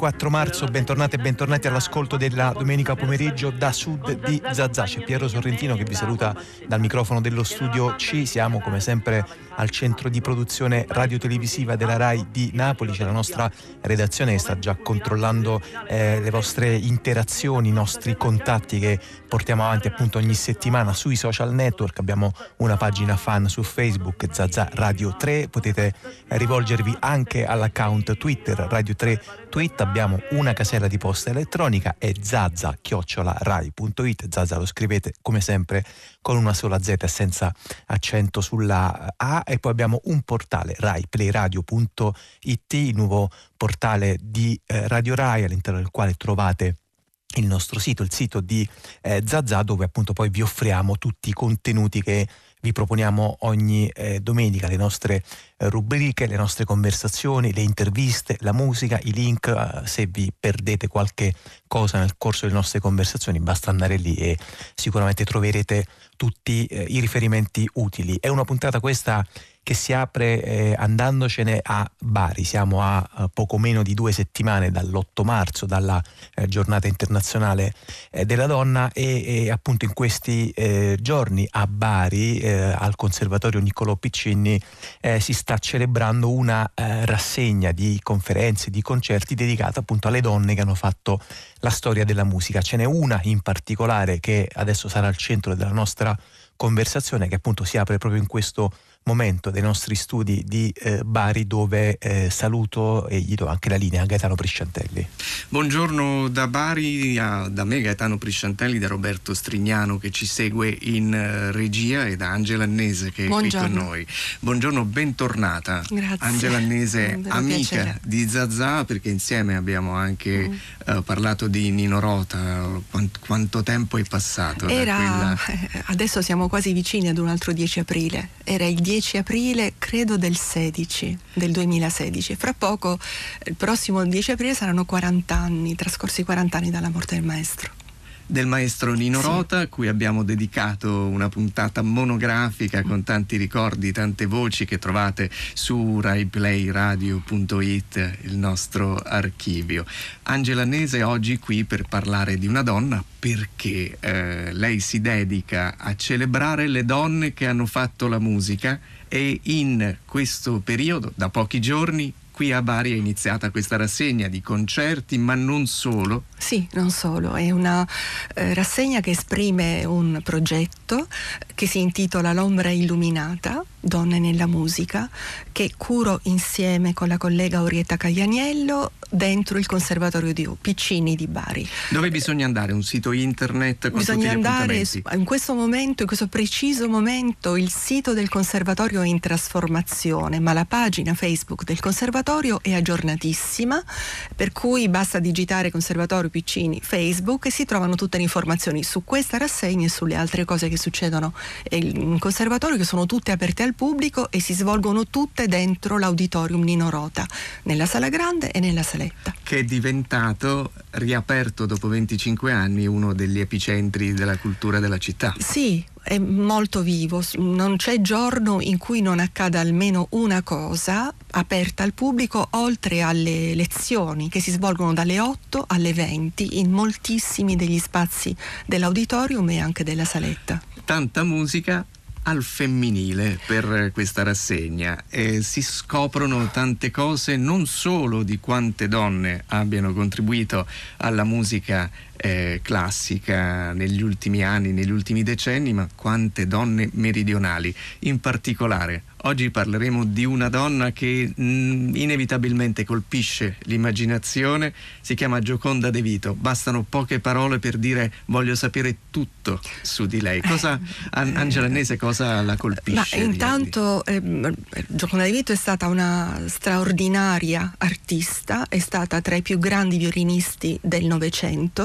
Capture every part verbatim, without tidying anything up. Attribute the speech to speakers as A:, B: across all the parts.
A: ventiquattro marzo, bentornate e bentornati all'ascolto della domenica pomeriggio da sud di Zazà. C'è Piero Sorrentino che vi saluta dal microfono dello studio C. Siamo come sempre al centro di produzione radiotelevisiva della RAI di Napoli. C'è la nostra redazione che sta già controllando eh, le vostre interazioni, i nostri contatti che portiamo avanti appunto ogni settimana sui social network. Abbiamo una pagina fan su Facebook, Zazà Radio tre, potete rivolgervi anche all'account Twitter Radio tre Tweet. Abbiamo una casella di posta elettronica, è zazza chiocciola rai punto it. Zazza lo scrivete come sempre con una sola Z senza accento sulla A. E poi abbiamo un portale rai play radio punto it, il nuovo portale di eh, Radio Rai, all'interno del quale trovate il nostro sito, il sito di eh, Zazà, dove appunto poi vi offriamo tutti i contenuti che vi proponiamo ogni eh, domenica, le nostre eh, rubriche, le nostre conversazioni, le interviste, la musica, i link. Eh, se vi perdete qualche cosa nel corso delle nostre conversazioni, basta andare lì e sicuramente troverete tutti eh, i riferimenti utili. È una puntata questa che si apre eh, andandocene a Bari. Siamo a eh, poco meno di due settimane dall'otto marzo, dalla eh, giornata internazionale eh, della donna, e, e appunto in questi eh, giorni a Bari, eh, al Conservatorio Niccolò Piccinni, eh, si sta celebrando una eh, rassegna di conferenze, di concerti dedicata appunto alle donne che hanno fatto la storia della musica. Ce n'è una in particolare che adesso sarà al centro della nostra conversazione, che appunto si apre proprio in questo momento dei nostri studi di eh, Bari, dove eh, saluto e gli do anche la linea a Gaetano Prisciantelli.
B: Buongiorno da Bari, a, da me Gaetano Prisciantelli, da Roberto Strignano che ci segue in uh, regia, e da Angela Annese che è
C: Buongiorno.
B: qui con noi. Buongiorno, bentornata.
C: Grazie.
B: Angela Annese,
C: Un vero
B: amica
C: piacere.
B: di Zazà, perché insieme abbiamo anche mm. uh, parlato di Nino Rota. Quanto, quanto tempo è passato?
C: Era,
B: da quella...
C: adesso siamo quasi vicini ad un altro dieci aprile. Era il dieci aprile, credo del sedici, del duemilasedici. Fra poco, il prossimo dieci aprile, saranno quaranta anni, trascorsi quaranta anni dalla morte del maestro.
B: Del maestro Nino
C: Sì.
B: Rota, a cui abbiamo dedicato una puntata monografica con tanti ricordi, tante voci che trovate su rai play radio punto it, il nostro archivio. Angela Annese oggi qui per parlare di una donna, perché eh, lei si dedica a celebrare le donne che hanno fatto la musica, e in questo periodo, da pochi giorni, qui a Bari è iniziata questa rassegna di concerti, ma non solo.
C: Sì, non solo, è una eh, rassegna che esprime un progetto che si intitola L'ombra illuminata, donne nella musica, che curo insieme con la collega Orietta Caglianiello dentro il Conservatorio di Piccinni di Bari.
B: Dove bisogna andare? Un sito internet con
C: Bisogna
B: tutti gli
C: andare
B: appuntamenti?
C: in questo momento, in questo preciso momento, il sito del Conservatorio è in trasformazione, ma la pagina Facebook del Conservatorio è aggiornatissima, per cui basta digitare Conservatorio Piccinni Facebook e si trovano tutte le informazioni su questa rassegna e sulle altre cose che succedono in Conservatorio, che sono tutte aperte al pubblico e si svolgono tutte dentro l'Auditorium Nino Rota, nella sala grande e nella saletta.
B: Che è diventato, riaperto dopo venticinque anni, uno degli epicentri della cultura della città.
C: Sì, è molto vivo, non c'è giorno in cui non accada almeno una cosa aperta al pubblico, oltre alle lezioni che si svolgono dalle otto alle venti in moltissimi degli spazi dell'auditorium e anche della saletta.
B: Tanta musica al femminile per questa rassegna, e si scoprono tante cose, non solo di quante donne abbiano contribuito alla musica eh, classica negli ultimi anni, negli ultimi decenni, ma quante donne meridionali. In particolare oggi parleremo di una donna che mh, inevitabilmente colpisce l'immaginazione. Si chiama Gioconda De Vito. Bastano poche parole per dire voglio sapere tutto su di lei. Cosa, An- Angela Annese, cosa la colpisce?
C: Ma intanto eh, Gioconda De Vito è stata una straordinaria artista, è stata tra i più grandi violinisti del Novecento,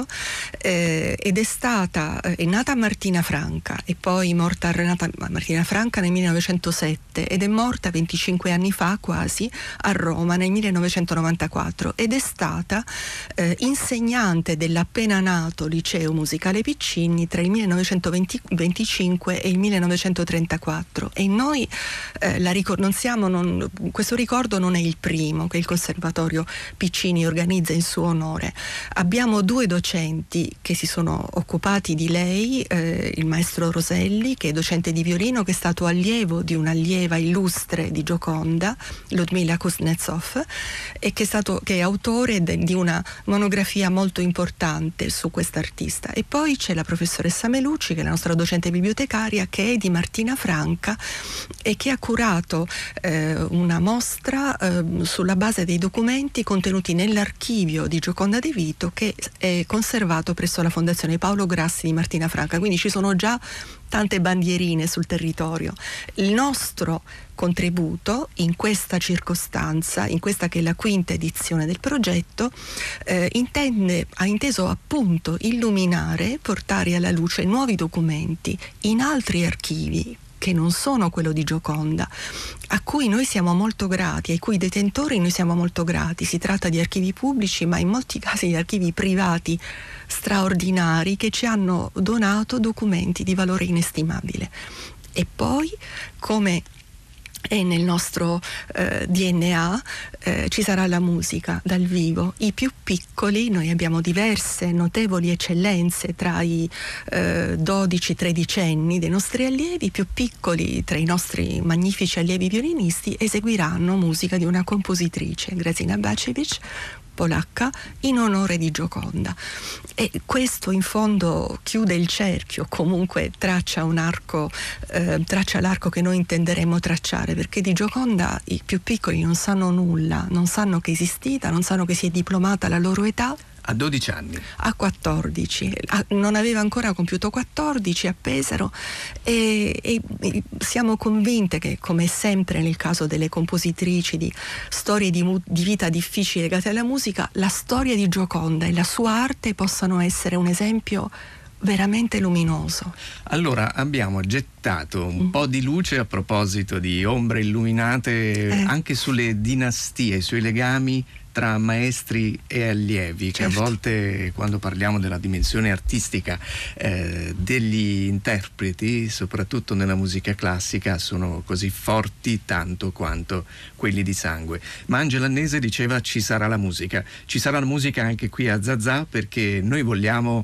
C: eh, ed è stata, è nata a Martina Franca e poi morta a Renata Martina Franca nel millenovecentosette ed è morta venticinque anni fa quasi a Roma nel millenovecentonovantaquattro ed è stata eh, insegnante dell'appena nato Liceo Musicale Piccinni tra il millenovecentoventicinque e il millenovecentotrentaquattro, e noi eh, la ricor- non siamo, non, questo ricordo non è il primo che il Conservatorio Piccinni organizza in suo onore. Abbiamo due docenti che si sono occupati di lei, eh, il maestro Roselli, che è docente di violino, che è stato allievo di un'allieva illustre di Gioconda, Ludmila Kuznetsov, e che è, stato, che è autore de, di una monografia molto importante su quest'artista. E poi c'è la professoressa Melucci, che è la nostra docente bibliotecaria, che è di Martina Franca e che ha curato eh, una mostra eh, sulla base dei documenti contenuti nell'archivio di Gioconda De Vito, che è conservato presso la Fondazione Paolo Grassi di Martina Franca. Quindi ci sono già tante bandierine sul territorio. Il nostro contributo in questa circostanza, in questa che è la quinta edizione del progetto, eh, intende, ha inteso appunto illuminare, portare alla luce nuovi documenti in altri archivi che non sono quello di Gioconda, a cui noi siamo molto grati, ai cui detentori noi siamo molto grati. Si tratta di archivi pubblici, ma in molti casi di archivi privati straordinari che ci hanno donato documenti di valore inestimabile. E poi, come e nel nostro eh, D N A eh, ci sarà la musica dal vivo. I più piccoli, noi abbiamo diverse notevoli eccellenze tra i eh, dodici tredici anni dei nostri allievi. I più piccoli tra i nostri magnifici allievi violinisti eseguiranno musica di una compositrice, Grazina Bacevic, polacca, in onore di Gioconda. E questo in fondo chiude il cerchio, comunque traccia un arco, eh, traccia l'arco che noi intenderemo tracciare, perché di Gioconda i più piccoli non sanno nulla, non sanno che è esistita, non sanno che si è diplomata alla loro età.
B: A dodici anni.
C: A quattordici. A, non aveva ancora compiuto quattordici a Pesaro, e, e, e siamo convinte che, come sempre nel caso delle compositrici di storie di, di vita difficili legate alla musica, la storia di Gioconda e la sua arte possano essere un esempio veramente luminoso.
B: Allora, abbiamo gettato un mm. po' di luce a proposito di ombre illuminate eh. anche sulle dinastie, sui legami tra maestri e allievi, certo. Che a volte, quando parliamo della dimensione artistica eh, degli interpreti, soprattutto nella musica classica, sono così forti tanto quanto quelli di sangue. Ma Angela Annese diceva: ci sarà la musica, ci sarà la musica anche qui a Zazà, perché noi vogliamo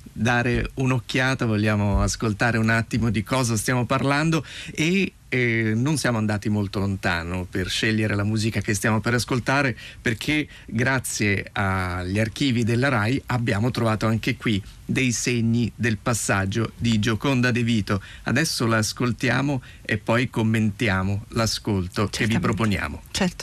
B: dare un'occhiata, vogliamo ascoltare un attimo di cosa stiamo parlando, e eh, non siamo andati molto lontano per scegliere la musica che stiamo per ascoltare, perché grazie agli archivi della RAI abbiamo trovato anche qui dei segni del passaggio di Gioconda De Vito. Adesso la ascoltiamo e poi commentiamo l'ascolto Certamente. Che vi proponiamo.
C: Certo.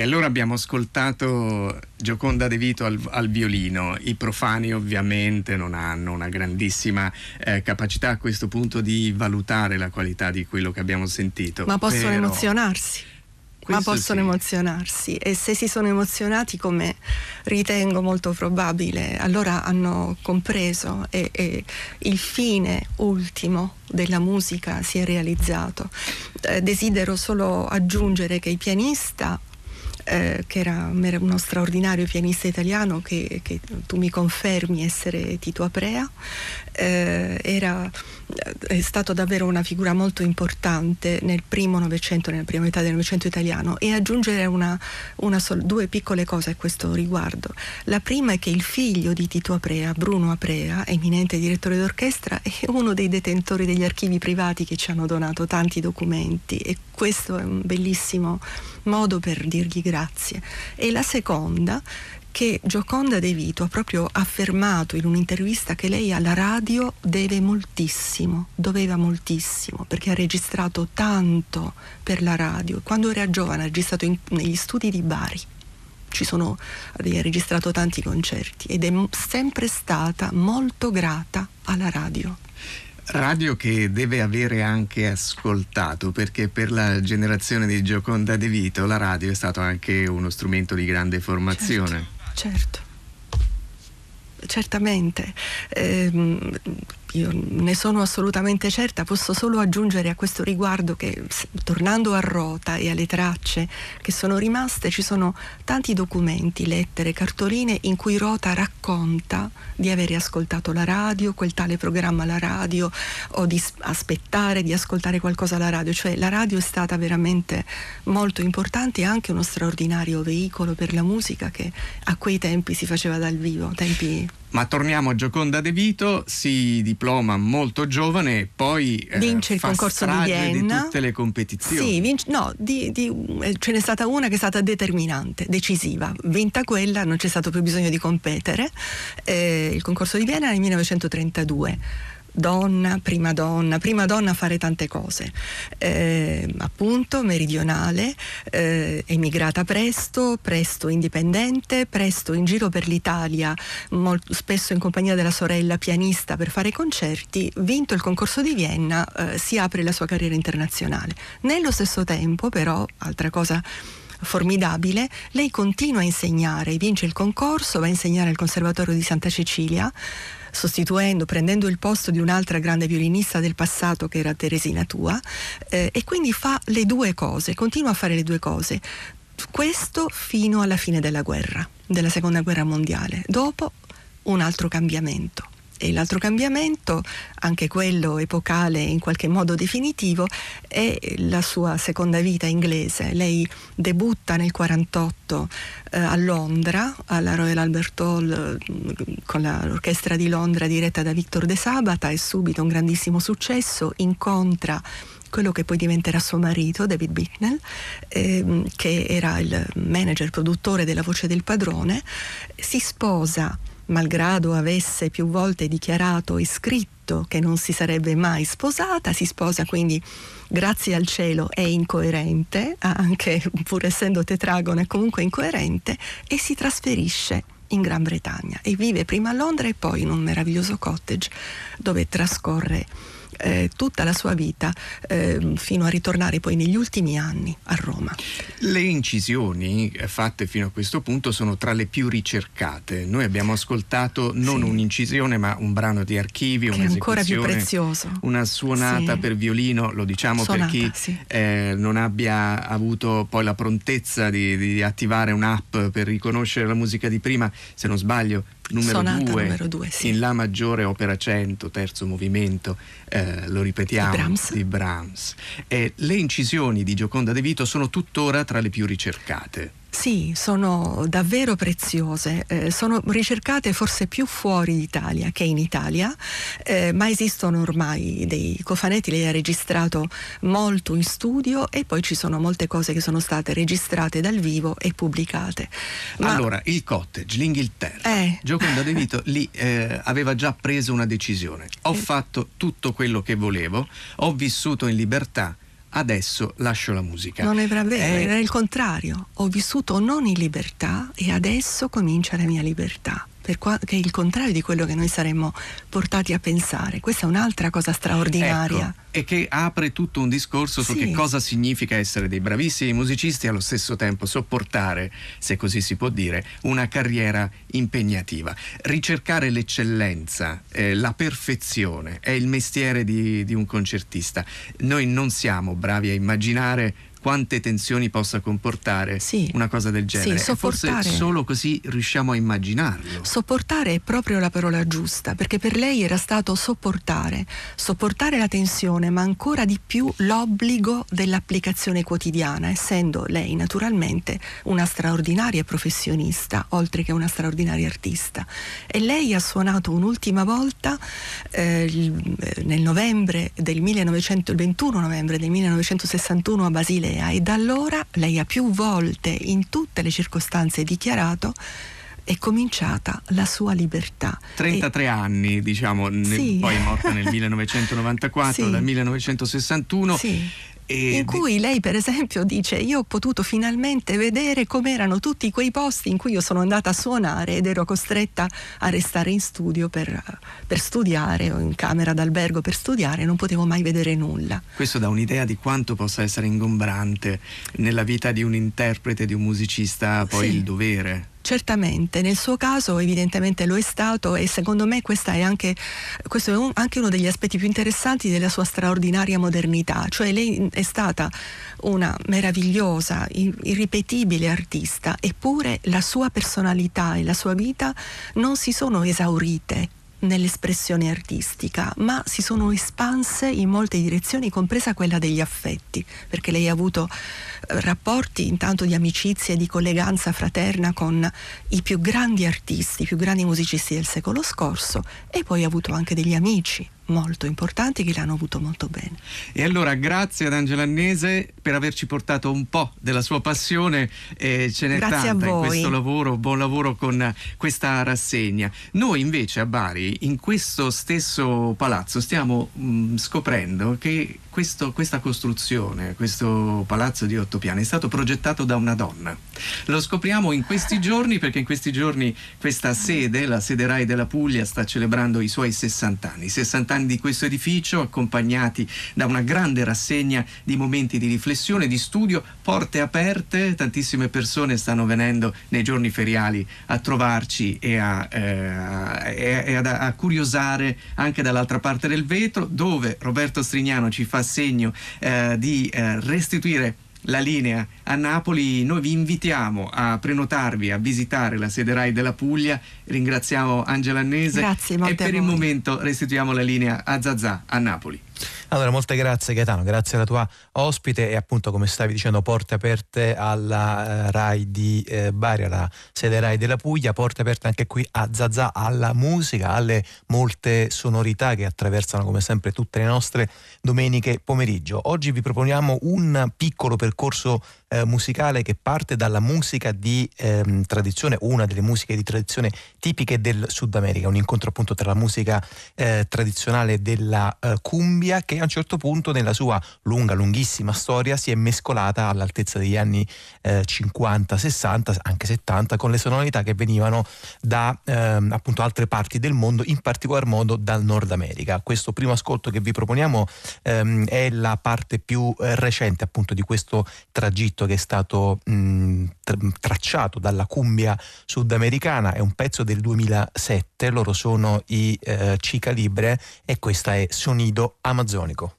B: E allora abbiamo ascoltato Gioconda De Vito al, al violino. I profani ovviamente non hanno una grandissima eh, capacità a questo punto di valutare la qualità di quello che abbiamo sentito.
C: Ma possono
B: però...
C: emozionarsi. Ma possono
B: sì.
C: emozionarsi, e se si sono emozionati, come ritengo molto probabile, allora hanno compreso e, e il fine ultimo della musica si è realizzato. Eh, desidero solo aggiungere che il pianista, Eh, che era uno straordinario pianista italiano, che, che tu mi confermi essere Tito Aprea, eh, era, è stato davvero una figura molto importante nel primo Novecento, nella prima metà del Novecento italiano. E aggiungere una, una sol- due piccole cose a questo riguardo. La prima è che il figlio di Tito Aprea, Bruno Aprea, eminente direttore d'orchestra, è uno dei detentori degli archivi privati che ci hanno donato tanti documenti, e questo è un bellissimo modo per dirgli grazie. E la seconda, che Gioconda De Vito ha proprio affermato in un'intervista che lei alla radio deve moltissimo, doveva moltissimo, perché ha registrato tanto per la radio. Quando era giovane ha registrato in, negli studi di Bari, ci sono, ha registrato tanti concerti, ed è sempre stata molto grata alla radio.
B: Radio che deve avere anche ascoltato, perché per la generazione di Gioconda De Vito la radio è stato anche uno strumento di grande formazione.
C: Certo, certo. Certamente. Eh, io ne sono assolutamente certa. Posso solo aggiungere a questo riguardo che, tornando a Rota e alle tracce che sono rimaste, ci sono tanti documenti, lettere, cartoline in cui Rota racconta di avere ascoltato la radio, quel tale programma alla radio, o di aspettare di ascoltare qualcosa alla radio. Cioè la radio è stata veramente molto importante, e anche uno straordinario veicolo per la musica che a quei tempi si faceva dal vivo, tempi.
B: Ma torniamo a Gioconda De Vito, si diploma molto giovane e poi eh,
C: vince il
B: fa
C: concorso di
B: strage
C: Vienna.
B: di tutte le competizioni.
C: Sì, vince, no, di, di, ce n'è stata una che è stata determinante, decisiva. Vinta quella, non c'è stato più bisogno di competere. Eh, il concorso di Vienna nel millenovecentotrentadue. Donna, prima donna, prima donna a fare tante cose, eh, appunto meridionale, eh, emigrata presto, presto indipendente, presto in giro per l'Italia, molto, spesso in compagnia della sorella pianista per fare concerti. Vinto il concorso di Vienna, eh, si apre la sua carriera internazionale. Nello stesso tempo, però, altra cosa formidabile, lei continua a insegnare, vince il concorso, va a insegnare al Conservatorio di Santa Cecilia, sostituendo, prendendo il posto di un'altra grande violinista del passato che era Teresina Tua, eh, e quindi fa le due cose, continua a fare le due cose. Questo fino alla fine della guerra, della seconda guerra mondiale. Dopo un altro cambiamento. E l'altro cambiamento, anche quello epocale e in qualche modo definitivo, è la sua seconda vita inglese. Lei debutta nel quarantotto eh, a Londra, alla Royal Albert Hall, eh, con la, l'orchestra di Londra diretta da Victor De Sabata, e subito un grandissimo successo. Incontra quello che poi diventerà suo marito, David Bicknell, ehm, che era il manager produttore della Voce del Padrone. Si sposa, malgrado avesse più volte dichiarato e scritto che non si sarebbe mai sposata. Si sposa, quindi grazie al cielo è incoerente, anche pur essendo tetragona è comunque incoerente, e si trasferisce in Gran Bretagna e vive prima a Londra e poi in un meraviglioso cottage dove trascorre Eh, tutta la sua vita, eh, fino a ritornare poi negli ultimi anni a Roma.
B: Le incisioni fatte fino a questo punto sono tra le più ricercate. Noi abbiamo ascoltato non sì. un'incisione, ma un brano di archivi,
C: che è ancora più prezioso,
B: una suonata
C: sì.
B: per violino. Lo diciamo
C: Sonata,
B: per chi
C: sì.
B: eh, non abbia avuto poi la prontezza di, di attivare un'app per riconoscere la musica di prima. Se non sbaglio, numero
C: Sonata,
B: due,
C: numero due sì.
B: in La maggiore, opera cento, terzo movimento, eh, lo ripetiamo,
C: di Brahms.
B: Di Brahms. E le incisioni di Gioconda De Vito sono tuttora tra le più ricercate.
C: Sì, sono davvero preziose, eh, sono ricercate forse più fuori d'Italia che in Italia, eh, ma esistono ormai dei cofanetti. Lei ha registrato molto in studio e poi ci sono molte cose che sono state registrate dal vivo e pubblicate. Ma
B: allora, il cottage, l'Inghilterra,
C: eh.
B: Gioconda De Vito lì eh, aveva già preso una decisione. Ho eh. fatto tutto quello che volevo, ho vissuto in libertà, adesso lascio la musica.
C: Non è vero,
B: È...
C: era il contrario. Ho vissuto non in libertà e adesso comincia la mia libertà. Per qua, che è il contrario di quello che noi saremmo portati a pensare. Questa è un'altra cosa straordinaria.
B: Ecco, e che apre tutto un discorso su
C: Sì.
B: che cosa significa essere dei bravissimi musicisti e allo stesso tempo sopportare, se così si può dire, una carriera impegnativa. Ricercare l'eccellenza, eh, la perfezione è il mestiere di, di un concertista. Noi non siamo bravi a immaginare quante tensioni possa comportare
C: sì.
B: una cosa del genere.
C: Sì, sopportare.
B: Forse solo così riusciamo a immaginarlo.
C: Sopportare è proprio la parola giusta, perché per lei era stato sopportare, sopportare la tensione, ma ancora di più l'obbligo dell'applicazione quotidiana, essendo lei naturalmente una straordinaria professionista, oltre che una straordinaria artista. E lei ha suonato un'ultima volta eh, nel novembre del millenovecento, il ventuno novembre del millenovecentosessantuno a Basilea, e da allora lei ha più volte in tutte le circostanze dichiarato è cominciata la sua libertà.
B: trentatré
C: e...
B: anni, diciamo, nel,
C: sì.
B: poi morta nel millenovecentonovantaquattro,
C: sì.
B: dal millenovecentosessantuno.
C: Sì.
B: E
C: in cui lei per esempio dice: io ho potuto finalmente vedere com'erano tutti quei posti in cui io sono andata a suonare ed ero costretta a restare in studio per, per studiare, o in camera d'albergo per studiare, non potevo mai vedere nulla.
B: Questo dà un'idea di quanto possa essere ingombrante nella vita di un interprete, di un musicista, poi
C: sì.
B: il dovere.
C: Certamente, nel suo caso evidentemente lo è stato, e secondo me questa è anche, questo è un, anche uno degli aspetti più interessanti della sua straordinaria modernità, cioè lei è stata una meravigliosa, irripetibile artista, eppure la sua personalità e la sua vita non si sono esaurite nell'espressione artistica, ma si sono espanse in molte direzioni, compresa quella degli affetti, perché lei ha avuto rapporti intanto di amicizia e di colleganza fraterna con i più grandi artisti, i più grandi musicisti del secolo scorso, e poi ha avuto anche degli amici molto importanti che l'hanno avuto molto bene.
B: E allora grazie ad Angela Annese per averci portato un po' della sua passione, e ce n'è
C: Grazie
B: tanta
C: a
B: in
C: voi.
B: questo lavoro, buon lavoro con questa rassegna. Noi invece a Bari, in questo stesso palazzo, stiamo mh, scoprendo che questo, questa costruzione, questo palazzo di otto piani è stato progettato da una donna. Lo scopriamo in questi giorni, perché in questi giorni questa sede, la sede Rai della Puglia, sta celebrando i suoi sessanta anni, sessanta anni di questo edificio, accompagnati da una grande rassegna di momenti di riflessione, di studio, porte aperte. Tantissime persone stanno venendo nei giorni feriali a trovarci e a, eh, e ad, a curiosare anche dall'altra parte del vetro, dove Roberto Strignano ci fa segno eh, di eh, restituire la linea a Napoli. Noi vi invitiamo a prenotarvi, a visitare la sede Rai della Puglia. Ringraziamo Angela Annese.
C: Grazie,
B: e per
C: a
B: il
C: voi.
B: momento restituiamo la linea a Zazà a Napoli.
A: Allora, molte grazie Gaetano, grazie alla tua ospite, e appunto, come stavi dicendo, porte aperte alla eh, Rai di eh, Bari, alla sede Rai della Puglia, porte aperte anche qui a Zazà, alla musica, alle molte sonorità che attraversano come sempre tutte le nostre domeniche pomeriggio. Oggi vi proponiamo un piccolo percorso eh, musicale che parte dalla musica di ehm, tradizione, una delle musiche di tradizione tipiche del Sud America, un incontro appunto tra la musica eh, tradizionale della eh, cumbia, che a un certo punto nella sua lunga, lunghissima storia si è mescolata all'altezza degli anni eh, cinquanta, sessanta, anche settanta, con le sonorità che venivano da ehm, appunto altre parti del mondo, in particolar modo dal Nord America. Questo primo ascolto che vi proponiamo ehm, è la parte più eh, recente appunto di questo tragitto che è stato mh, tracciato dalla cumbia sudamericana. È un pezzo del duemilasette, loro sono i eh, Chica Libre, e questa è Sonido Amazzonico.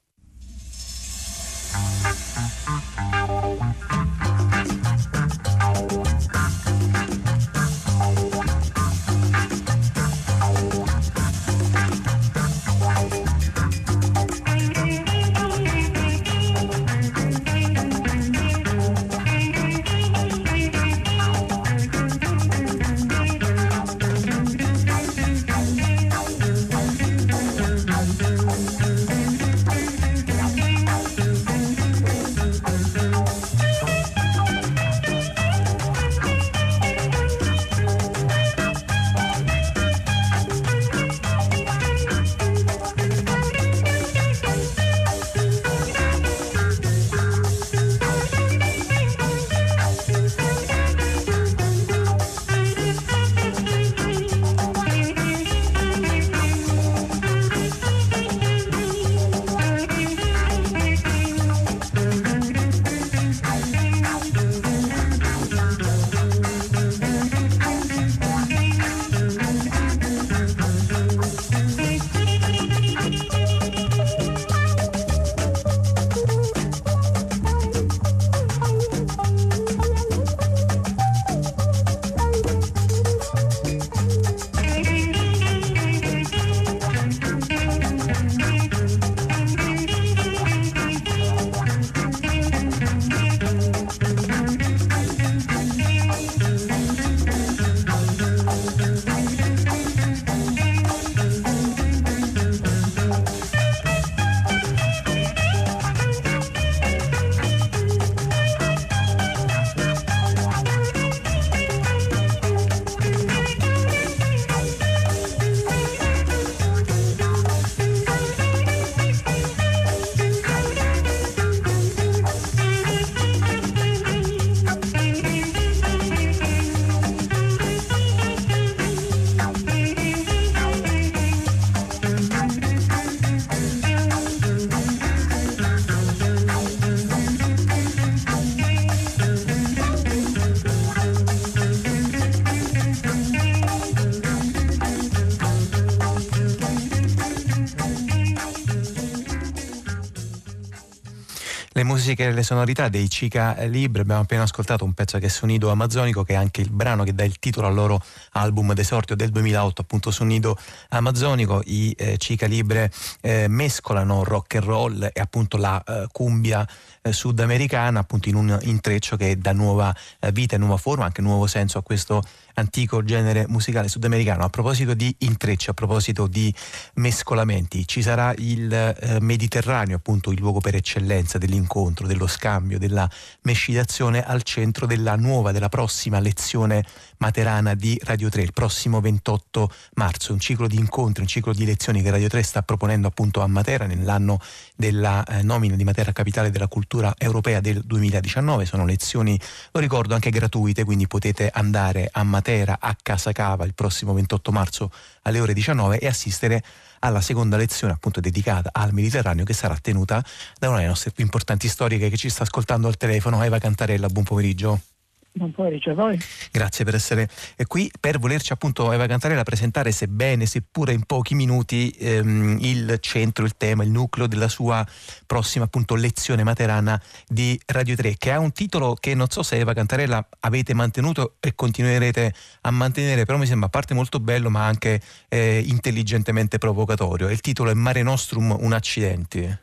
A: Le musiche e le sonorità dei Cica Libre. Abbiamo appena ascoltato un pezzo che è Sonido Amazzonico, che è anche il brano che dà il titolo al loro album d'esordio del duemilaotto, appunto Sonido Amazzonico. I eh, Cica Libre eh, mescolano rock and roll e appunto la eh, cumbia eh, sudamericana, appunto in un intreccio che dà nuova eh, vita e nuova forma, anche nuovo senso a questo antico genere musicale sudamericano. A proposito di intrecci, a proposito di mescolamenti, ci sarà il eh, Mediterraneo, appunto il luogo per eccellenza dell'incontro, dello scambio, della mescitazione, al centro della nuova, della prossima lezione materana di Radio tre, il prossimo ventotto marzo, un ciclo di incontri, un ciclo di lezioni che Radio tre sta proponendo appunto a Matera nell'anno della eh, nomina di Matera capitale della cultura europea del duemiladiciannove. Sono lezioni, lo ricordo, anche gratuite, quindi potete andare a Matera a Casa Cava il prossimo ventotto marzo alle ore diciannove e assistere alla seconda lezione appunto dedicata al Mediterraneo, che sarà tenuta da una delle nostre più importanti storiche che ci sta ascoltando al telefono, Eva Cantarella. Buon pomeriggio.
D: Buon pomeriggio a voi.
A: Grazie per essere qui, per volerci appunto, Eva Cantarella, presentare, sebbene seppure in pochi minuti, ehm, il centro, il tema, il nucleo della sua prossima appunto lezione materana di Radio tre, che ha un titolo che non so se, Eva Cantarella, avete mantenuto e continuerete a mantenere, però mi sembra a parte molto bello ma anche eh, intelligentemente provocatorio. Il titolo è Mare Nostrum, un accidente.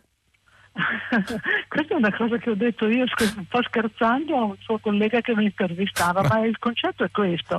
D: Questa è una cosa che ho detto io un po' scherzando a un suo collega che mi intervistava, ma il concetto è questo.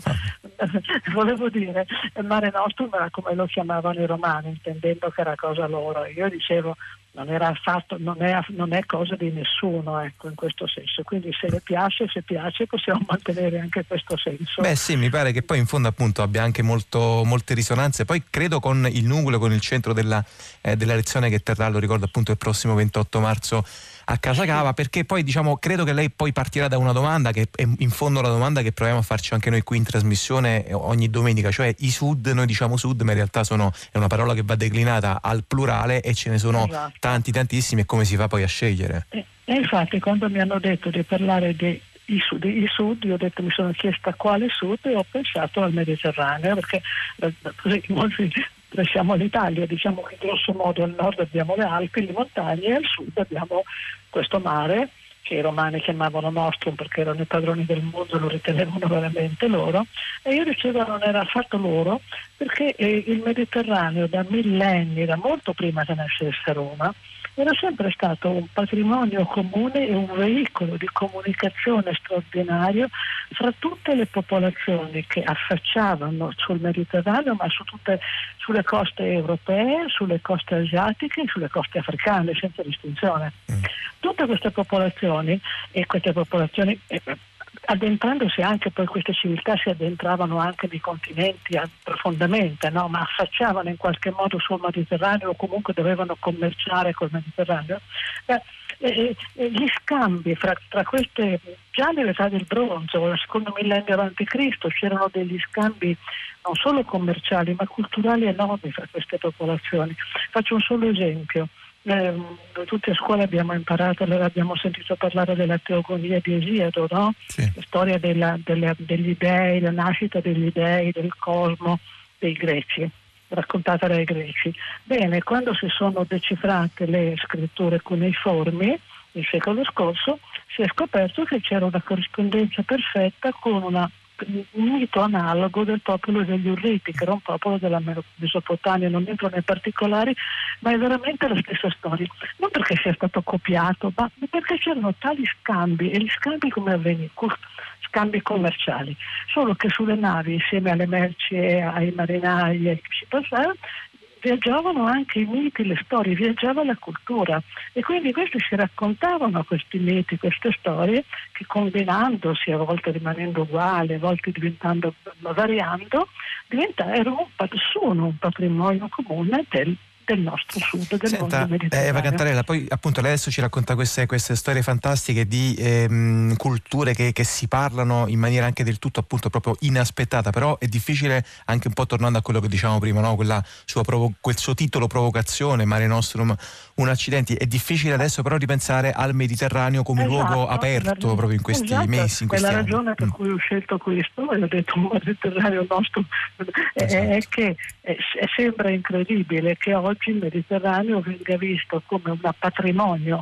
D: Volevo dire, Mare Nostrum era come lo chiamavano i romani, intendendo che era cosa loro. Io dicevo non era affatto, non è, non è cosa di nessuno, ecco, in questo senso. Quindi se le piace, se piace, possiamo mantenere anche questo senso.
A: Beh sì, mi pare che poi in fondo appunto abbia anche molto, molte risonanze, poi credo con il nucleo, con il centro della, eh, della lezione che terrà, lo ricordo appunto, il prossimo ventotto marzo a Casa Cava, perché poi diciamo credo che lei poi partirà da una domanda che è in fondo la domanda che proviamo a farci anche noi qui in trasmissione ogni domenica, cioè i sud, noi diciamo sud ma in realtà sono, è una parola che va declinata al plurale e ce ne sono
D: esatto.
A: tanti tantissimi, e come si fa poi a scegliere?
D: E, e infatti quando mi hanno detto di parlare di i sud, i sud, io ho detto, mi sono chiesta quale sud e ho pensato al Mediterraneo, perché eh, così molti siamo l'Italia, diciamo che grosso modo al nord abbiamo le Alpi, le montagne, e al sud abbiamo questo mare che i romani chiamavano Nostrum perché erano i padroni del mondo, lo ritenevano veramente loro, e io dicevo non era affatto loro, perché eh, il Mediterraneo da millenni, da molto prima che nascesse Roma, era sempre stato un patrimonio comune e un veicolo di comunicazione straordinario fra tutte le popolazioni che affacciavano sul Mediterraneo, ma su tutte, sulle coste europee, sulle coste asiatiche e sulle coste africane, senza distinzione. Mm. Tutte queste popolazioni e queste popolazioni eh, addentrandosi anche, poi queste civiltà si addentravano anche nei continenti profondamente, no? Ma affacciavano in qualche modo sul Mediterraneo o comunque dovevano commerciare col Mediterraneo. Eh, eh, eh, gli scambi fra, tra queste, già nell'età del bronzo, nel secondo millennio avanti Cristo, c'erano degli scambi non solo commerciali ma culturali enormi fra queste popolazioni. Faccio un solo esempio. Eh, noi tutti a scuola abbiamo imparato, abbiamo sentito parlare della teogonia di Esiado, no?
A: Sì.
D: La storia della, della, degli dei, la nascita degli dei, del cosmo dei greci, raccontata dai greci. Bene, quando si sono decifrate le scritture cuneiformi nel secolo scorso, si è scoperto che c'era una corrispondenza perfetta con una un mito analogo del popolo degli Urriti, che era un popolo della Mesopotamia. Non entro nei particolari, ma è veramente la stessa storia, non perché sia stato copiato, ma perché c'erano tali scambi, e gli scambi come avvenivano, scambi commerciali, solo che sulle navi, insieme alle merci e ai marinai che ci passavano, viaggiavano anche i miti, le storie, viaggiava la cultura, e quindi questi si raccontavano questi miti, queste storie, che combinandosi, a volte rimanendo uguali, a volte diventando, variando, diventarono, sono un patrimonio comune del del nostro sud, del
A: Senta,
D: mondo mediterraneo.
A: Eva Cantarella, poi appunto lei adesso ci racconta queste, queste storie fantastiche di ehm, culture che, che si parlano in maniera anche del tutto appunto proprio inaspettata, però è difficile, anche un po' tornando a quello che diciamo prima, no? Quella sua provo- quel suo titolo provocazione, Mare Nostrum, un accidente, è difficile adesso però ripensare al Mediterraneo come
D: esatto,
A: luogo aperto
D: la,
A: proprio in questi
D: esatto,
A: mesi, in questi
D: è la
A: anni.
D: ragione per cui ho scelto questo e ho detto un Mediterraneo nostro, è,
A: esatto.
D: è che è, è, sembra incredibile che oggi il Mediterraneo venga visto come un patrimonio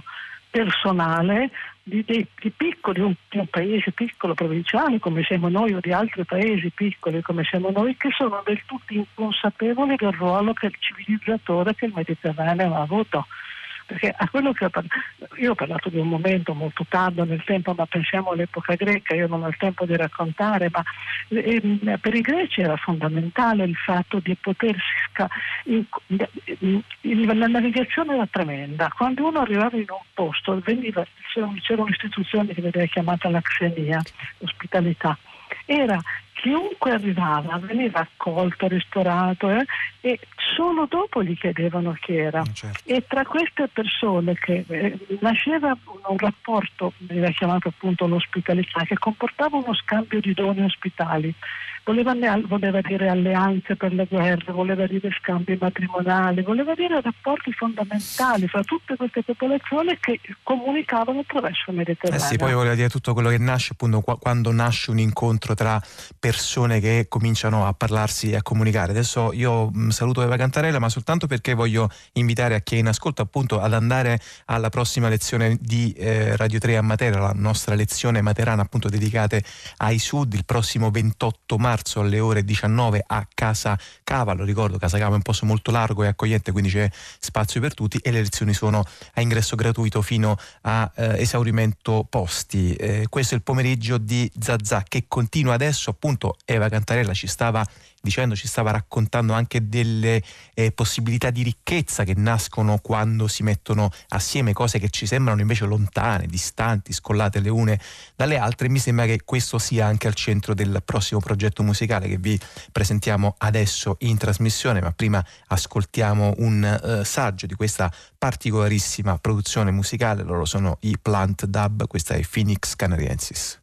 D: personale di, di, di piccoli, un, di un paese piccolo, provinciale come siamo noi, o di altri paesi piccoli come siamo noi, che sono del tutto inconsapevoli del ruolo che il civilizzatore che il Mediterraneo ha avuto. Perché a quello che ho parlato, io ho parlato di un momento molto tardo nel tempo, ma pensiamo all'epoca greca, io non ho il tempo di raccontare, ma eh, per i greci era fondamentale il fatto di potersi sca- in, in, in, la navigazione era tremenda. Quando uno arrivava in un posto veniva, c'era un'istituzione che veniva chiamata la xenia, l'ospitalità. Era chiunque arrivava veniva accolto, ristorato eh, e solo dopo gli chiedevano chi era.
A: Certo.
D: E tra queste persone che eh, nasceva un, un rapporto, veniva chiamato appunto l'ospitalità, che comportava uno scambio di doni ospitali. Voleva, voleva dire alleanze per le guerre, voleva dire scambi matrimoniali, voleva dire rapporti fondamentali fra tutte queste popolazioni che comunicavano attraverso il Mediterraneo.
A: Eh sì, poi voleva dire tutto quello che nasce appunto quando nasce un incontro tra persone che cominciano a parlarsi e a comunicare. Adesso io mh, saluto Eva Cantarella, ma soltanto perché voglio invitare a chi è in ascolto appunto ad andare alla prossima lezione di eh, Radio tre a Matera, la nostra lezione materana appunto dedicate ai Sud, il prossimo ventotto marzo alle ore diciannove a Casa Cava. Lo ricordo, Casa Cava è un posto molto largo e accogliente, quindi c'è spazio per tutti e le lezioni sono a ingresso gratuito fino a eh, esaurimento posti. Eh, questo è il pomeriggio di Zazà che continua adesso. Appunto Eva Cantarella ci stava dicendo, ci stava raccontando anche delle eh, possibilità di ricchezza che nascono quando si mettono assieme cose che ci sembrano invece lontane, distanti, scollate le une dalle altre. Mi sembra che questo sia anche al centro del prossimo progetto musicale che vi presentiamo adesso in trasmissione, ma prima ascoltiamo un eh, saggio di questa particolarissima produzione musicale. Loro sono i Plant Dub, questa è Phoenix Canariensis.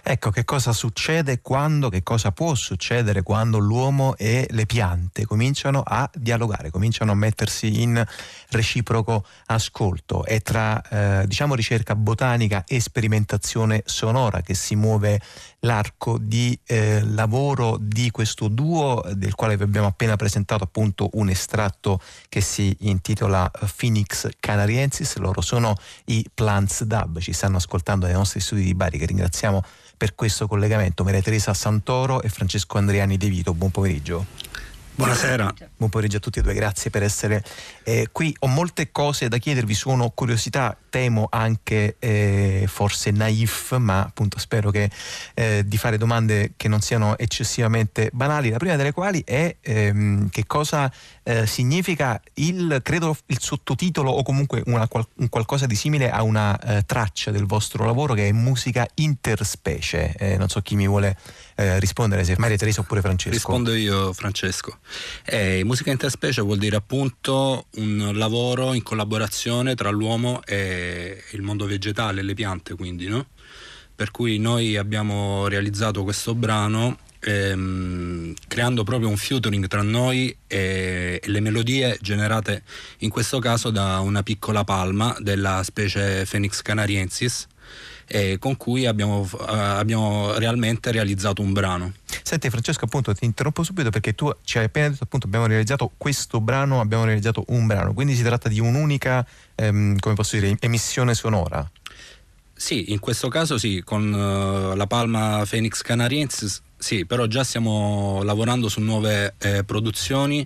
A: Ecco, che cosa succede quando, che cosa può succedere quando l'uomo e le piante cominciano a dialogare, cominciano a mettersi in reciproco ascolto. È tra eh, diciamo ricerca botanica e sperimentazione sonora che si muove l'arco di eh, lavoro di questo duo, del quale vi abbiamo appena presentato appunto un estratto che si intitola Phoenix Canariensis. Loro sono i Plants Dub, ci stanno ascoltando dai nostri studi di Bari, che ringraziamo per questo collegamento. Maria Teresa Santoro e Francesco Andriani De Vito, buon pomeriggio.
E: Buonasera.
A: Buon pomeriggio a tutti e due, grazie per essere eh, qui. Ho molte cose da chiedervi, sono curiosità, temo anche eh, forse naif, ma appunto spero che eh, di fare domande che non siano eccessivamente banali. La prima delle quali è ehm, che cosa eh, significa il, credo, il sottotitolo o comunque una, un qualcosa di simile a una eh, traccia del vostro lavoro, che è musica interspecie. Eh, non so chi mi vuole eh, rispondere, se Maria Teresa oppure Francesco.
E: Rispondo io, Francesco. Eh, musica interspecie vuol dire appunto un lavoro in collaborazione tra l'uomo e il mondo vegetale, le piante, quindi, no? Per cui noi abbiamo realizzato questo brano ehm, creando proprio un featuring tra noi e, e le melodie generate in questo caso da una piccola palma della specie Phoenix Canariensis, e con cui abbiamo, uh, abbiamo realmente realizzato un brano.
A: Senti Francesco, appunto ti interrompo subito perché tu ci hai appena detto appunto abbiamo realizzato questo brano, abbiamo realizzato un brano, quindi si tratta di un'unica, ehm, come posso dire, emissione sonora?
E: Sì, in questo caso sì, con uh, la palma Phoenix Canariensis sì, però già stiamo lavorando su nuove eh, produzioni,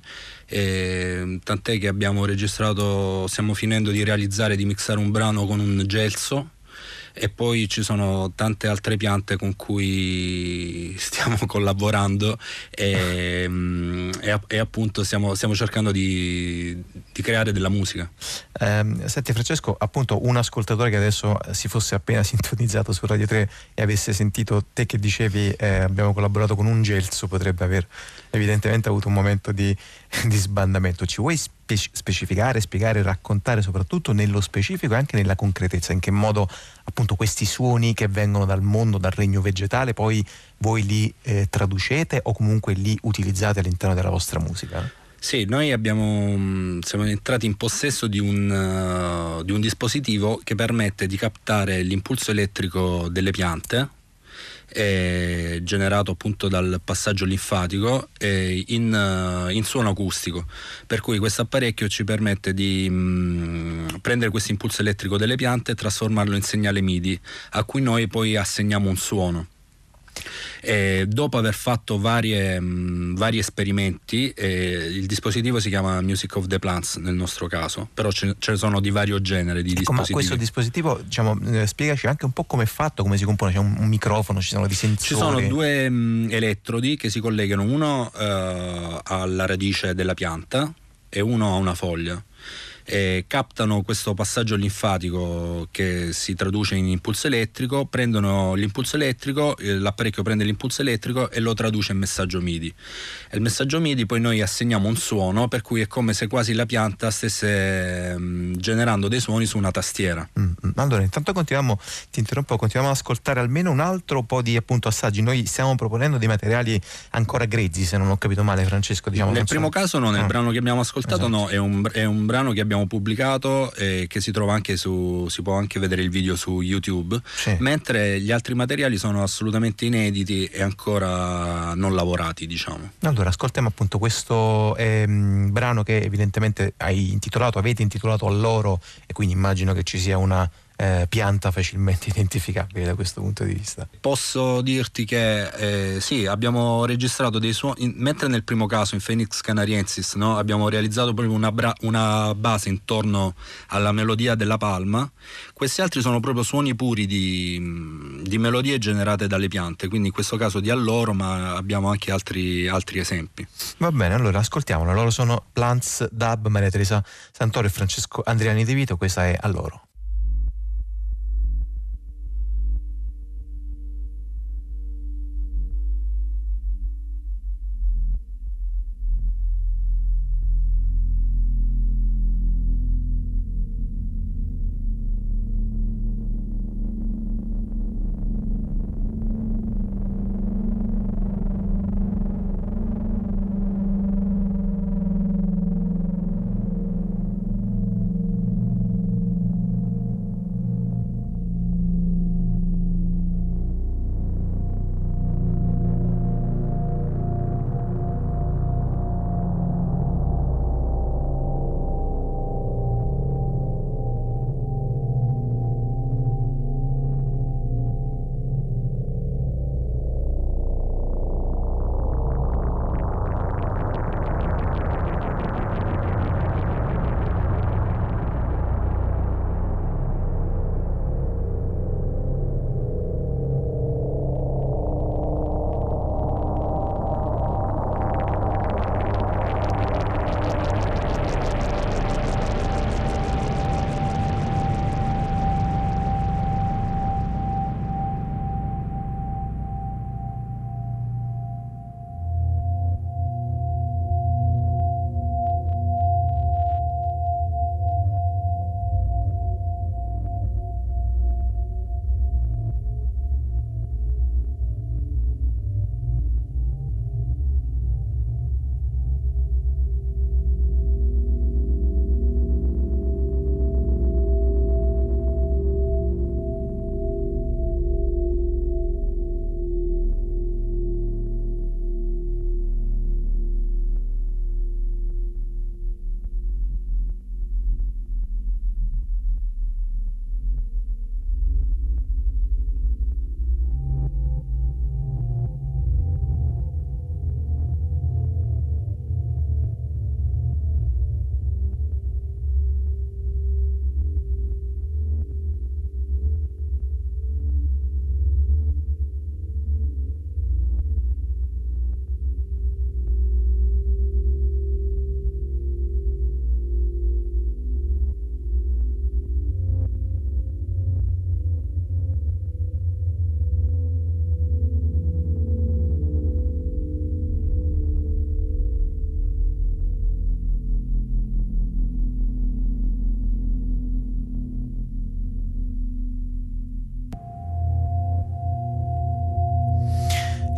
E: eh, tant'è che abbiamo registrato, stiamo finendo di realizzare, di mixare un brano con un gelso, e poi ci sono tante altre piante con cui stiamo collaborando e, e, e appunto stiamo, stiamo cercando di, di creare della musica.
A: Eh, senti Francesco, appunto un ascoltatore che adesso si fosse appena sintonizzato su Radio tre e avesse sentito te che dicevi eh, abbiamo collaborato con un gelso, potrebbe aver evidentemente avuto un momento di, di sbandamento. Ci vuoi spe- specificare, spiegare, raccontare soprattutto nello specifico e anche nella concretezza in che modo appunto questi suoni che vengono dal mondo, dal regno vegetale, poi voi li eh, traducete o comunque li utilizzate all'interno della vostra musica?
E: Sì, noi abbiamo, siamo entrati in possesso di un, uh, di un dispositivo che permette di captare l'impulso elettrico delle piante, eh, generato appunto dal passaggio linfatico, eh, in, uh, in suono acustico, per cui questo apparecchio ci permette di mh, prendere questo impulso elettrico delle piante e trasformarlo in segnale MIDI a cui noi poi assegniamo un suono. E dopo aver fatto varie, mh, vari esperimenti, eh, il dispositivo si chiama Music of the Plants nel nostro caso, però ce, ce ne sono di vario genere di
A: ecco,
E: dispositivi.
A: Ma questo dispositivo, diciamo, eh, spiegaci anche un po' come è fatto, come si compone, c'è un, un microfono, ci sono dei sensori.
E: Ci sono due mh, elettrodi che si collegano, uno eh, alla radice della pianta e uno a una foglia. E captano questo passaggio linfatico che si traduce in impulso elettrico, prendono l'impulso elettrico, l'apparecchio prende l'impulso elettrico e lo traduce in messaggio MIDI, e il messaggio MIDI poi noi assegniamo un suono, per cui è come se quasi la pianta stesse mh, generando dei suoni su una tastiera.
A: Mm, allora intanto continuiamo, ti interrompo, continuiamo ad ascoltare almeno un altro po' di appunto assaggi. Noi stiamo proponendo dei materiali ancora grezzi, se non ho capito male Francesco, diciamo.
E: Nel primo
A: so...
E: caso no, nel
A: ah.
E: brano che abbiamo ascoltato
A: esatto.
E: no, è un, è un brano che abbiamo pubblicato e che si trova anche su, si può anche vedere il video su YouTube,
A: sì.
E: Mentre gli altri materiali sono assolutamente inediti e ancora non lavorati, diciamo.
A: Allora ascoltiamo appunto questo ehm, brano che evidentemente hai intitolato, avete intitolato Alloro, e quindi immagino che ci sia una Eh, pianta facilmente identificabile da questo punto di vista.
E: Posso dirti che eh, sì, abbiamo registrato dei suoni, mentre nel primo caso in Phoenix Canariensis, no, abbiamo realizzato proprio una, bra- una base intorno alla melodia della palma. Questi altri sono proprio suoni puri di, di melodie generate dalle piante, quindi in questo caso di Alloro, ma abbiamo anche altri, altri esempi.
A: Va bene, allora ascoltiamolo. Loro sono Plants Dub, Maria Teresa Santoro e Francesco Andriani De Vito. Questa è Alloro.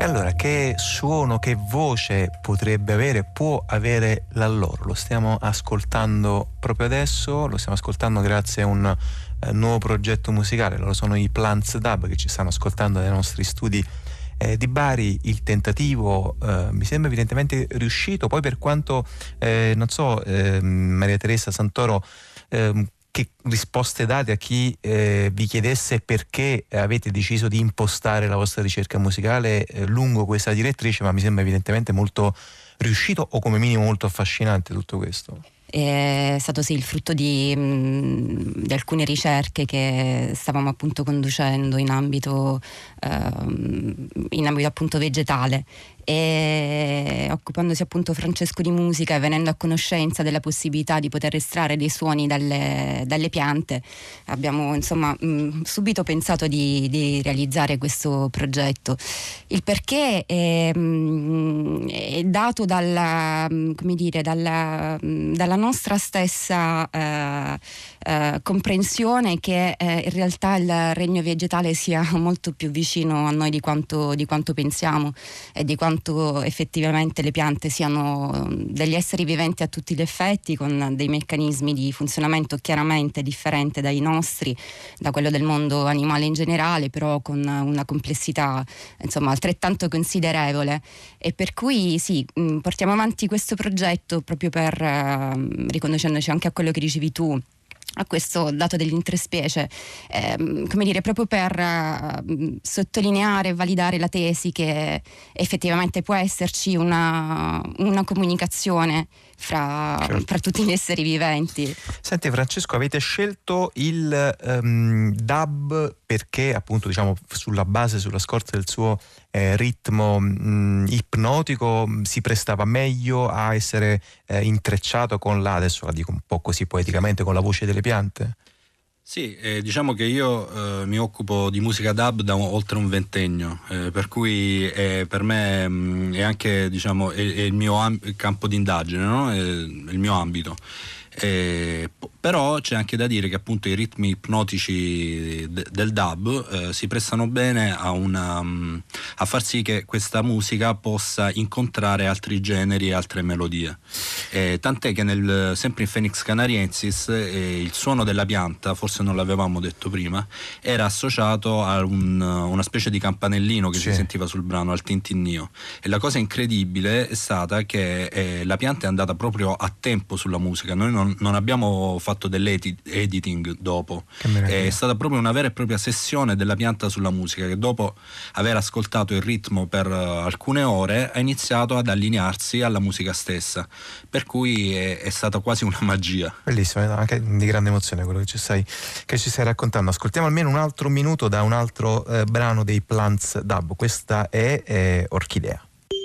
A: Allora, che suono, che voce potrebbe avere, può avere l'Alloro? Lo stiamo ascoltando proprio adesso, lo stiamo ascoltando grazie a un eh, nuovo progetto musicale. Loro sono i Plants Dub, che ci stanno ascoltando dai nostri studi eh, di Bari. Il tentativo eh, mi sembra evidentemente riuscito. Poi per quanto eh, non so, eh, Maria Teresa Santoro, eh, che risposte date a chi eh, vi chiedesse perché avete deciso di impostare la vostra ricerca musicale eh, lungo questa direttrice, ma mi sembra evidentemente molto riuscito, o come minimo molto affascinante tutto questo.
F: È stato sì il frutto di, mh, di alcune ricerche che stavamo appunto conducendo in ambito, ehm, in ambito appunto vegetale, e occupandosi appunto Francesco di musica e venendo a conoscenza della possibilità di poter estrarre dei suoni dalle, dalle piante, abbiamo insomma mh, subito pensato di, di realizzare questo progetto. Il perché è, mh, è dato dalla, come dire, dalla, dalla nostra stessa eh, eh, comprensione che eh, in realtà il regno vegetale sia molto più vicino a noi di quanto, di quanto pensiamo, e di quanto effettivamente le piante siano degli esseri viventi a tutti gli effetti, con dei meccanismi di funzionamento chiaramente differenti dai nostri, da quello del mondo animale in generale, però con una complessità insomma altrettanto considerevole. E per cui sì, portiamo avanti questo progetto proprio per riconoscendoci anche a quello che dicevi tu, a questo dato dell'interspecie, ehm, come dire, proprio per uh, sottolineare e validare la tesi che effettivamente può esserci una, una comunicazione fra, certo. fra tutti gli esseri viventi.
A: Senti Francesco, avete scelto il um, dub perché appunto, diciamo, sulla base, sulla scorta del suo eh, ritmo mh, ipnotico si prestava meglio a essere eh, intrecciato con la, adesso la dico un po' così poeticamente, con la voce delle piante?
E: Sì, eh, diciamo che io eh, mi occupo di musica dub da un, oltre un ventennio, eh, per cui eh, per me mh, è anche, diciamo, è, è il mio amb- campo di indagine, no? È il mio ambito. Eh, però c'è anche da dire che appunto i ritmi ipnotici de- del dub eh, si prestano bene a, una, um, a far sì che questa musica possa incontrare altri generi e altre melodie, eh, tant'è che nel, sempre in Phoenix Canariensis eh, il suono della pianta, forse non l'avevamo detto prima, era associato a un, una specie di campanellino che sì. si sentiva sul brano, al tintinnio, e la cosa incredibile è stata che eh, la pianta è andata proprio a tempo sulla musica. Noi non non abbiamo fatto dell'editing dopo, è stata proprio una vera e propria sessione della pianta sulla musica, che dopo aver ascoltato il ritmo per alcune ore ha iniziato ad allinearsi alla musica stessa, per cui è, è stata quasi una magia. Bellissimo,
A: anche di grande emozione quello che ci stai, che ci stai raccontando. Ascoltiamo almeno un altro minuto da un altro eh, brano dei Plants Dub. Questa è eh, Orchidea.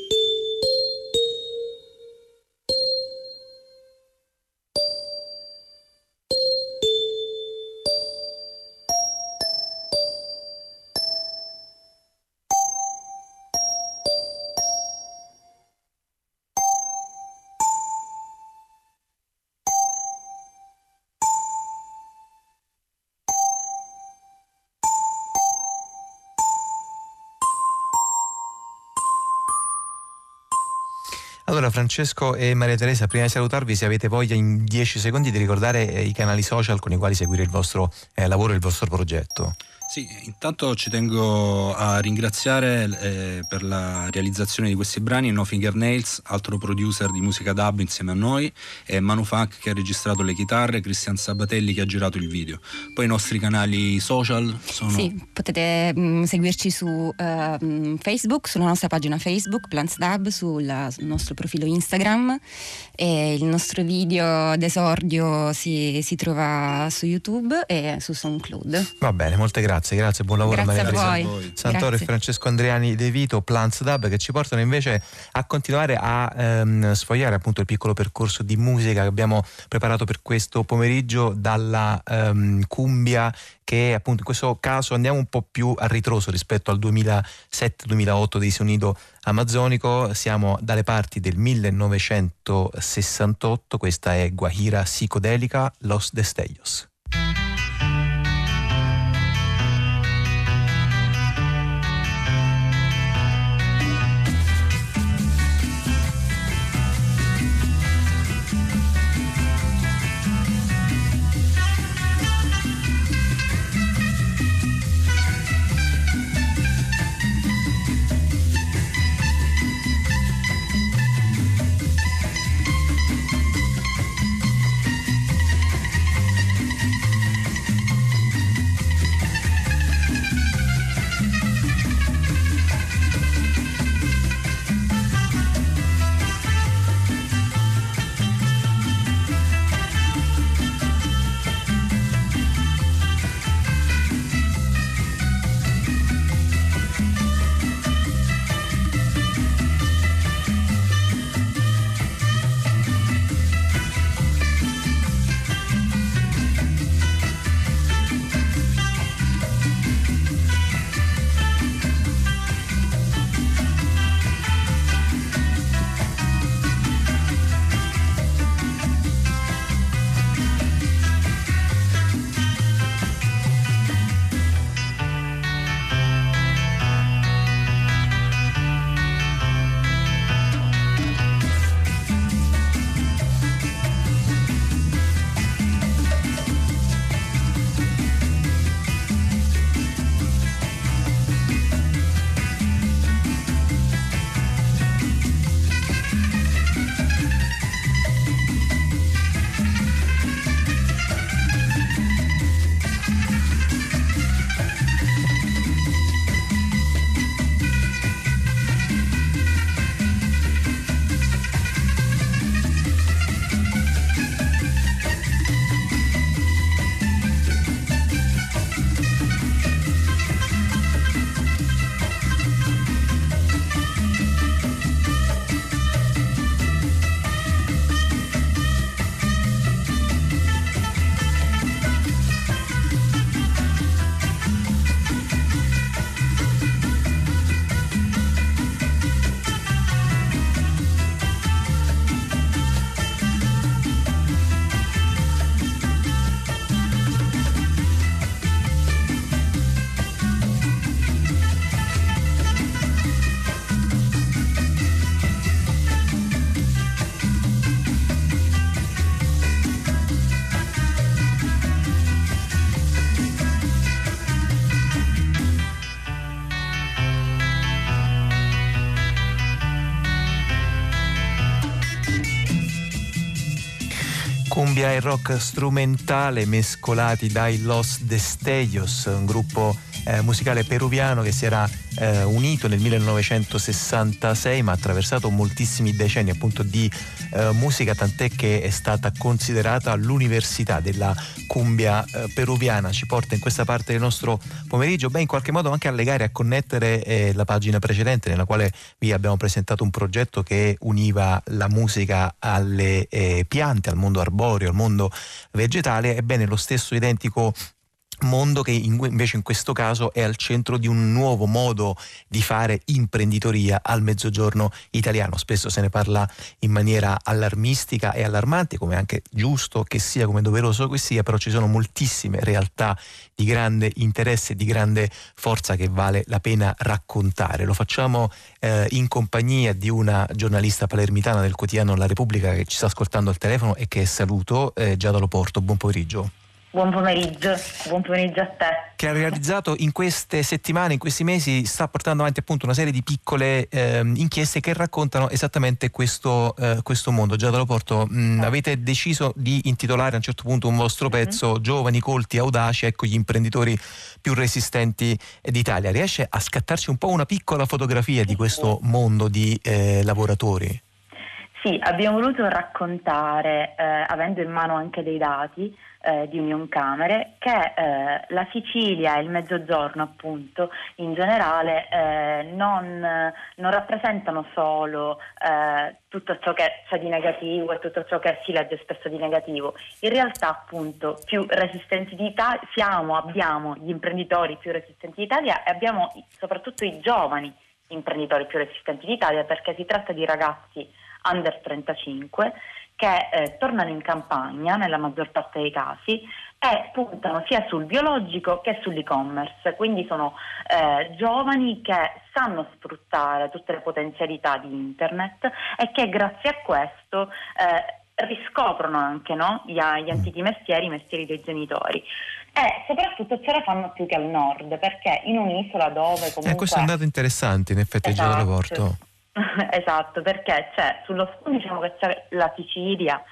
A: Allora Francesco e Maria Teresa, prima di salutarvi, se avete voglia in dieci secondi di ricordare eh, i canali social con i quali seguire il vostro eh, lavoro e il vostro progetto.
E: Sì, intanto ci tengo a ringraziare eh, per la realizzazione di questi brani No Fingernails, altro producer di musica dub insieme a noi, e Manu Funk che ha registrato le chitarre, Cristian Sabatelli che ha girato il video. Poi i nostri canali social sono...
F: Sì, potete mh, seguirci su uh, Facebook, sulla nostra pagina Facebook, Plants Dub, sul, sul nostro profilo Instagram, e il nostro video d'esordio si, si trova su YouTube e su SoundCloud.
A: Va bene, molte grazie. Grazie, grazie, buon lavoro
F: grazie
A: a Maria
F: Teresa
A: Santoro e Francesco Andriani De Vito, Plants Dub, che ci portano invece a continuare a ehm, sfogliare appunto il piccolo percorso di musica che abbiamo preparato per questo pomeriggio, dalla ehm, cumbia, che appunto in questo caso andiamo un po' più a ritroso rispetto al duemilasette duemilaotto dei Sonido Amazzonico, siamo dalle parti del millenovecentosessantotto, questa è Guajira Psicodelica, Los Destellos. cumbia e rock strumentale mescolati dai Los Destellos, un gruppo eh, musicale peruviano che si era eh, unito nel millenovecentosessantasei, ma ha attraversato moltissimi decenni appunto di eh, musica, tant'è che è stata considerata l'università della cumbia eh, peruviana. Ci porta in questa parte del nostro pomeriggio, beh, in qualche modo anche a legare, a connettere eh, la pagina precedente nella quale vi abbiamo presentato un progetto che univa la musica alle eh, piante, al mondo arboreo, al mondo vegetale. Ebbene, lo stesso identico mondo che invece in questo caso è al centro di un nuovo modo di fare imprenditoria al Mezzogiorno italiano. Spesso se ne parla in maniera allarmistica e allarmante, come anche giusto che sia, come doveroso che sia, però ci sono moltissime realtà di grande interesse e di grande forza che vale la pena raccontare. Lo facciamo eh, in compagnia di una giornalista palermitana del quotidiano La Repubblica che ci sta ascoltando al telefono e che saluto, eh, Giada Loporto. Buon pomeriggio.
G: Buon pomeriggio, buon pomeriggio a te.
A: Che ha realizzato in queste settimane, in questi mesi, sta portando avanti appunto una serie di piccole eh, inchieste che raccontano esattamente questo, eh, questo mondo. Giada Loporto, mh, avete deciso di intitolare a un certo punto un vostro pezzo mm-hmm. Giovani, colti, audaci, ecco gli imprenditori più resistenti d'Italia. Riesce a scattarci un po' una piccola fotografia di questo mondo di eh, lavoratori?
G: Sì, abbiamo voluto raccontare, eh, avendo in mano anche dei dati eh, di Unioncamere, che eh, la Sicilia e il Mezzogiorno appunto in generale eh, non, non rappresentano solo eh, tutto ciò che c'è di negativo e tutto ciò che si legge spesso di negativo. In realtà appunto più resistenti d'Italia siamo, abbiamo gli imprenditori più resistenti d'Italia e abbiamo soprattutto i giovani imprenditori più resistenti d'Italia, perché si tratta di ragazzi under trentacinque che eh, tornano in campagna nella maggior parte dei casi e puntano sia sul biologico che sull'e-commerce, quindi sono eh, giovani che sanno sfruttare tutte le potenzialità di internet e che grazie a questo eh, riscoprono anche no, gli, gli antichi mestieri, i mestieri dei genitori. E soprattutto ce la fanno più che al nord, perché in un'isola dove comunque...
A: Eh, questo è un dato interessante, in effetti, esatto. Già da Loporto.
G: Esatto, perché c'è sullo sfondo diciamo che c'è la Sicilia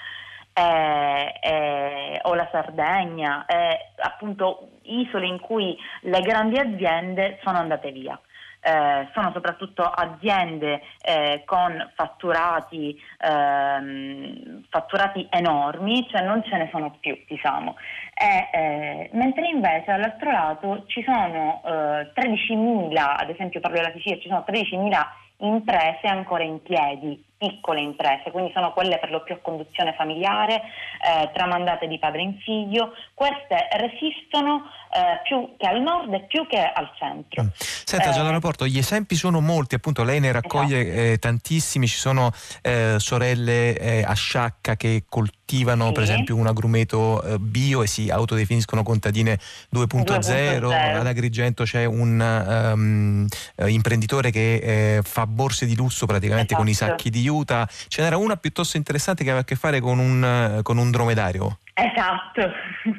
G: eh, eh, o la Sardegna, eh, appunto isole in cui le grandi aziende sono andate via. Eh, sono soprattutto aziende eh, con fatturati ehm, fatturati enormi, cioè non ce ne sono più, diciamo. E, eh, mentre invece dall'altro lato ci sono eh, tredicimila, ad esempio parlo della Sicilia, ci sono tredicimila imprese ancora in piedi, piccole imprese, quindi sono quelle per lo più a conduzione familiare, eh, tramandate di padre in figlio. Queste resistono eh, più che al nord e più che al centro.
A: Senta, Giada Loporto, gli esempi sono molti, appunto lei ne raccoglie esatto. eh, tantissimi, ci sono eh, sorelle eh, a Sciacca che coltivano sì. per esempio un agrumeto eh, bio e si autodefiniscono contadine due punto zero, ad Agrigento c'è un um, eh, imprenditore che eh, fa borse di lusso praticamente esatto. con i sacchi di juta. Ce n'era una piuttosto interessante che aveva a che fare con un, con un dromedario.
G: Esatto,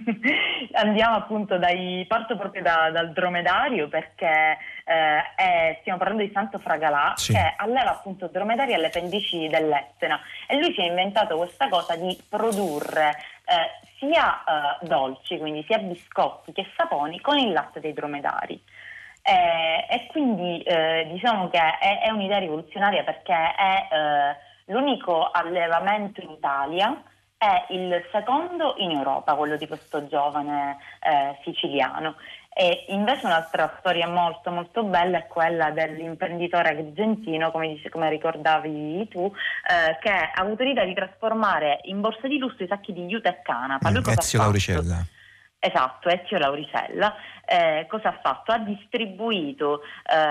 G: andiamo appunto dai, parto proprio da, dal dromedario perché eh, è, stiamo parlando di Santo Fragalà sì. che alleva appunto dromedari alle pendici dell'Etna e lui si è inventato questa cosa di produrre eh, sia eh, dolci, quindi sia biscotti che saponi con il latte dei dromedari. Eh, e quindi eh, diciamo che è, è un'idea rivoluzionaria perché è eh, l'unico allevamento in Italia, è il secondo in Europa, quello di questo giovane eh, siciliano. E invece un'altra storia molto molto bella è quella dell'imprenditore agrigentino, come, dice, come ricordavi tu, eh, che ha avuto l'idea di trasformare in borse di lusso i sacchi di juta e canapa.
A: Mm, Ezio Lauricella.
G: Esatto, Ezio Lauricella. Eh, cosa ha fatto? Ha distribuito,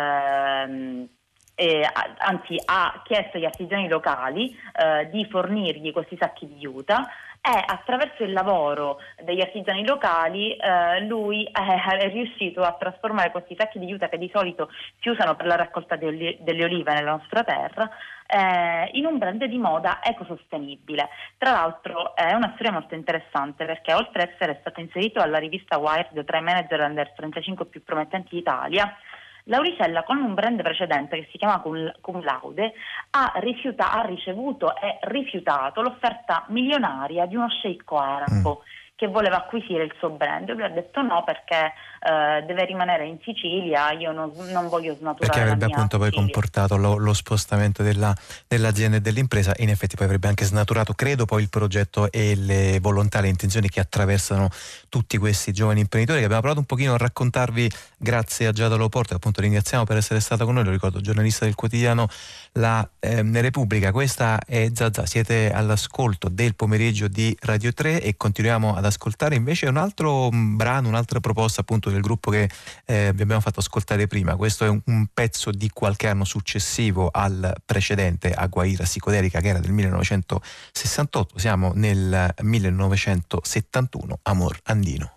G: ehm, eh, anzi ha chiesto agli artigiani locali eh, di fornirgli questi sacchi di juta e attraverso il lavoro degli artigiani locali eh, lui è, è riuscito a trasformare questi sacchi di juta che di solito si usano per la raccolta oli- delle olive nella nostra terra eh, in un brand di moda ecosostenibile. Tra l'altro è una storia molto interessante perché oltre ad essere stato inserito alla rivista Wired tra i manager under trentacinque più promettenti d'Italia, Lauricella, con un brand precedente che si chiama Cum, Cum Laude, ha, rifiuta, ha ricevuto e rifiutato l'offerta milionaria di uno sceicco arabo mm. che voleva acquisire il suo brand. Lui ha detto no, perché eh, deve rimanere in Sicilia, io non, non voglio snaturare
A: perché avrebbe
G: la mia
A: appunto
G: Sicilia.
A: Poi comportato lo, lo spostamento della, dell'azienda e dell'impresa, e in effetti poi avrebbe anche snaturato, credo, poi il progetto e le volontà, le intenzioni che attraversano tutti questi giovani imprenditori che abbiamo provato un pochino a raccontarvi grazie a Giada Loporto, che appunto ringraziamo per essere stata con noi, lo ricordo, giornalista del quotidiano La eh, Repubblica. Questa è Zazà, siete all'ascolto del pomeriggio di Radio tre e continuiamo ad ascoltare invece un altro brano, un'altra proposta appunto del gruppo che eh, vi abbiamo fatto ascoltare prima. Questo è un, un pezzo di qualche anno successivo al precedente, A Guaira Psicodelica, che era del millenovecentosessantotto. Siamo nel millenovecentosettantuno, Amor Andino.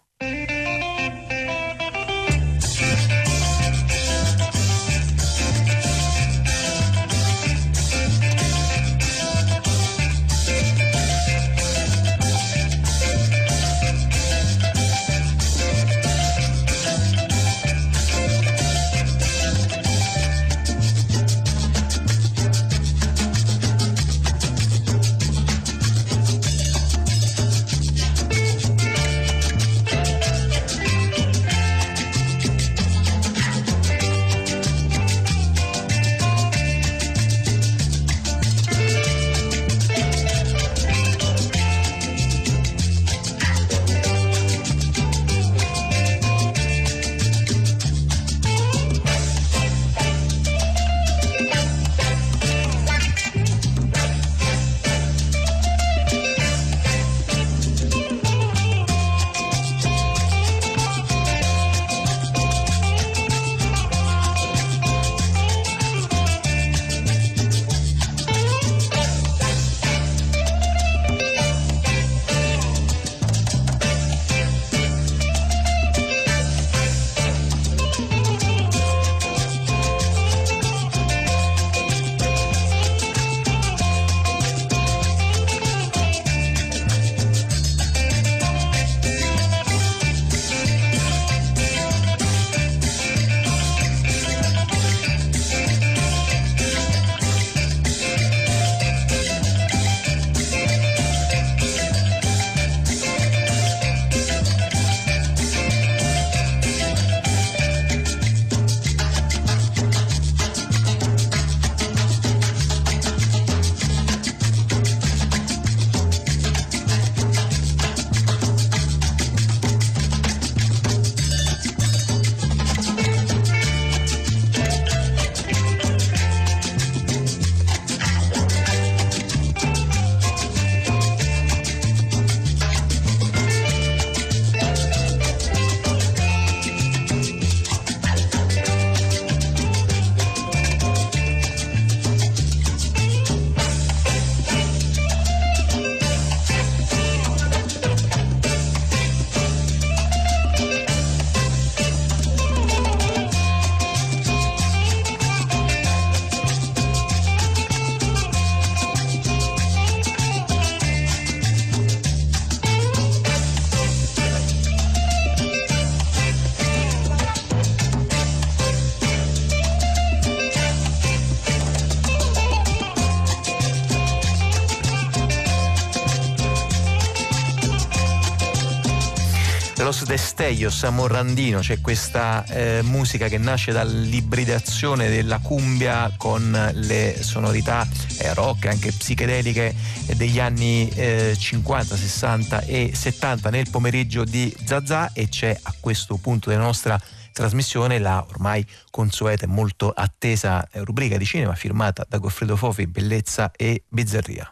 A: Los Destellos, Amor Andino, c'è questa eh, musica che nasce dall'ibridazione della cumbia con le sonorità eh, rock, anche psichedeliche degli anni eh, cinquanta, sessanta e settanta nel pomeriggio di Zazà, e c'è a questo punto della nostra trasmissione la ormai consueta e molto attesa rubrica di cinema firmata da Goffredo Fofi, Bellezza e Bizzarria.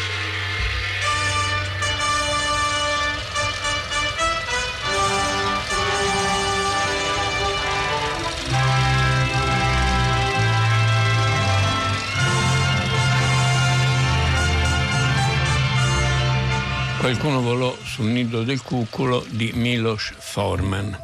H: Qualcuno volò sul nido del cuculo di Miloš Forman.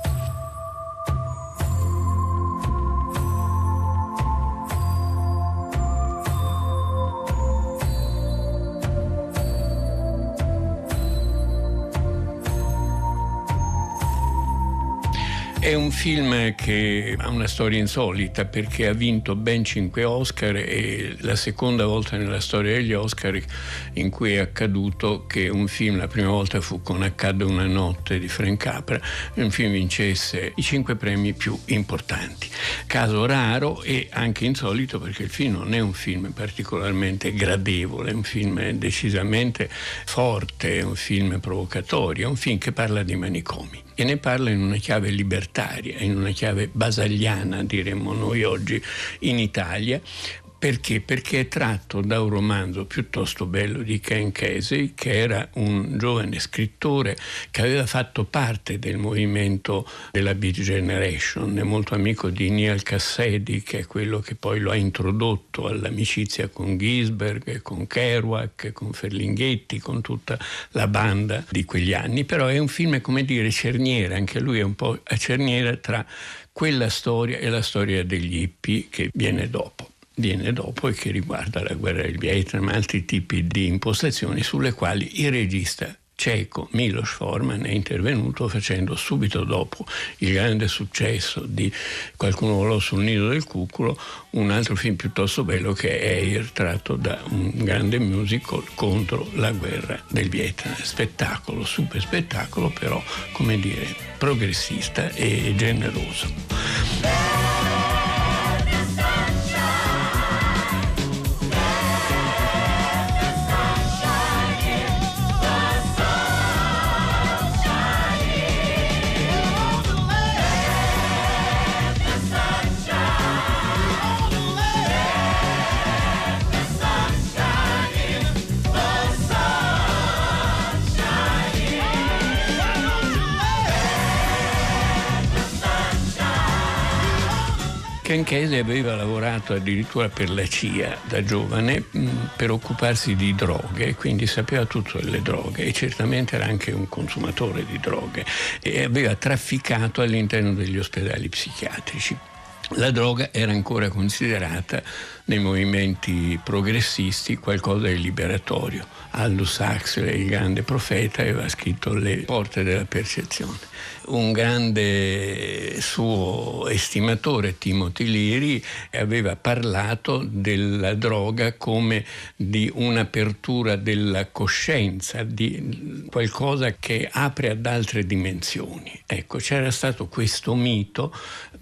H: È un film che ha una storia insolita perché ha vinto ben cinque Oscar, e la seconda volta nella storia degli Oscar in cui è accaduto che un film, la prima volta fu con Accadde una notte di Frank Capra, un film vincesse i cinque premi più importanti. Caso raro e anche insolito perché il film non è un film particolarmente gradevole, è un film decisamente forte, è un film provocatorio, è un film che parla di manicomi. E ne parla in una chiave libertaria, in una chiave basagliana, diremmo noi oggi in Italia. Perché? Perché è tratto da un romanzo piuttosto bello di Ken Kesey, che era un giovane scrittore che aveva fatto parte del movimento della Beat Generation, è molto amico di Neal Cassady, che è quello che poi lo ha introdotto all'amicizia con Ginsberg, con Kerouac, con Ferlinghetti, con tutta la banda di quegli anni. Però è un film, come dire, cerniera, anche lui è un po' a cerniera tra quella storia e la storia degli hippie che viene dopo. viene dopo e che riguarda la guerra del Vietnam, altri tipi di impostazioni sulle quali il regista ceco Milos Forman è intervenuto facendo subito dopo il grande successo di Qualcuno volò sul nido del cuculo un altro film piuttosto bello che è Air, tratto da un grande musical contro la guerra del Vietnam. Spettacolo, super spettacolo, però come dire progressista e generoso. Ken Kesey aveva lavorato addirittura per la C I A da giovane mh, per occuparsi di droghe, quindi sapeva tutto delle droghe e certamente era anche un consumatore di droghe e aveva trafficato all'interno degli ospedali psichiatrici. La droga era ancora considerata nei movimenti progressisti qualcosa di liberatorio. Aldous Huxley, il grande profeta, aveva scritto Le porte della percezione. Un grande suo estimatore, Timothy Leary, aveva parlato della droga come di un'apertura della coscienza, di qualcosa che apre ad altre dimensioni. Ecco, c'era stato questo mito,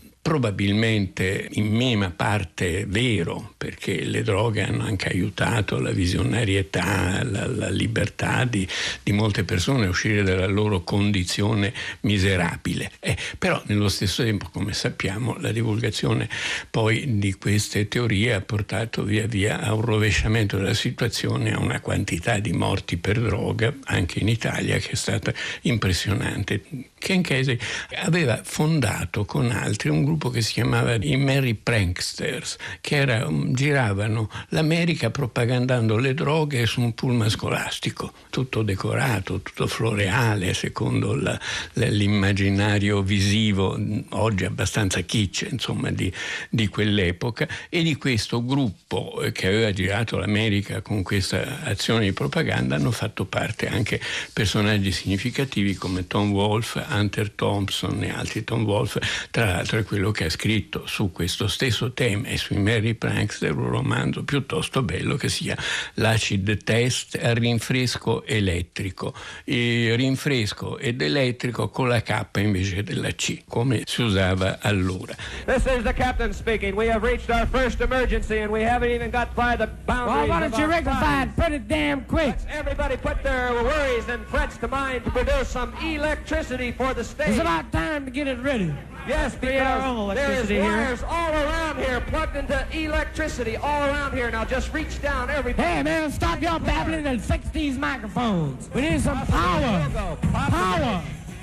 H: probabilmente in minima parte vero, perché le droghe hanno anche aiutato la visionarietà, la, la libertà di, di molte persone a uscire dalla loro condizione miserabile. Eh, però nello stesso tempo, come sappiamo, la divulgazione poi di queste teorie ha portato via via a un rovesciamento della situazione, a una quantità di morti per droga anche in Italia che è stata impressionante. Ken Kesey aveva fondato con altri un gruppo che si chiamava i Merry Pranksters, che era, giravano l'America propagandando le droghe su un pullman scolastico, tutto decorato, tutto floreale, secondo la, l'immaginario visivo, oggi abbastanza kitsch, insomma, di, di quell'epoca. E di questo gruppo che aveva girato l'America con questa azione di propaganda hanno fatto parte anche personaggi significativi come Tom Wolfe, Hunter Thompson e altri. Tom Wolfe, tra l'altro, è quello che ha scritto su questo stesso tema e sui Merry Prankster un romanzo piuttosto bello che si chiama L'acid test al rinfresco elettrico. Il rinfresco ed elettrico con la K invece della C, come si usava allora.
I: This is the captain speaking. We have reached our first emergency and we haven't even got by the boundaries.
J: Well, why don't you rectify it pretty damn quick?
I: Let's everybody put their worries and frets to mind to produce some electricity for the stage.
J: It's about time to get it ready.
I: Yes, because there is wires all around here plugged into electricity all around here. Now just reach down, everybody.
J: Hey, man, stop your babbling and fix these microphones. We need some power. Power.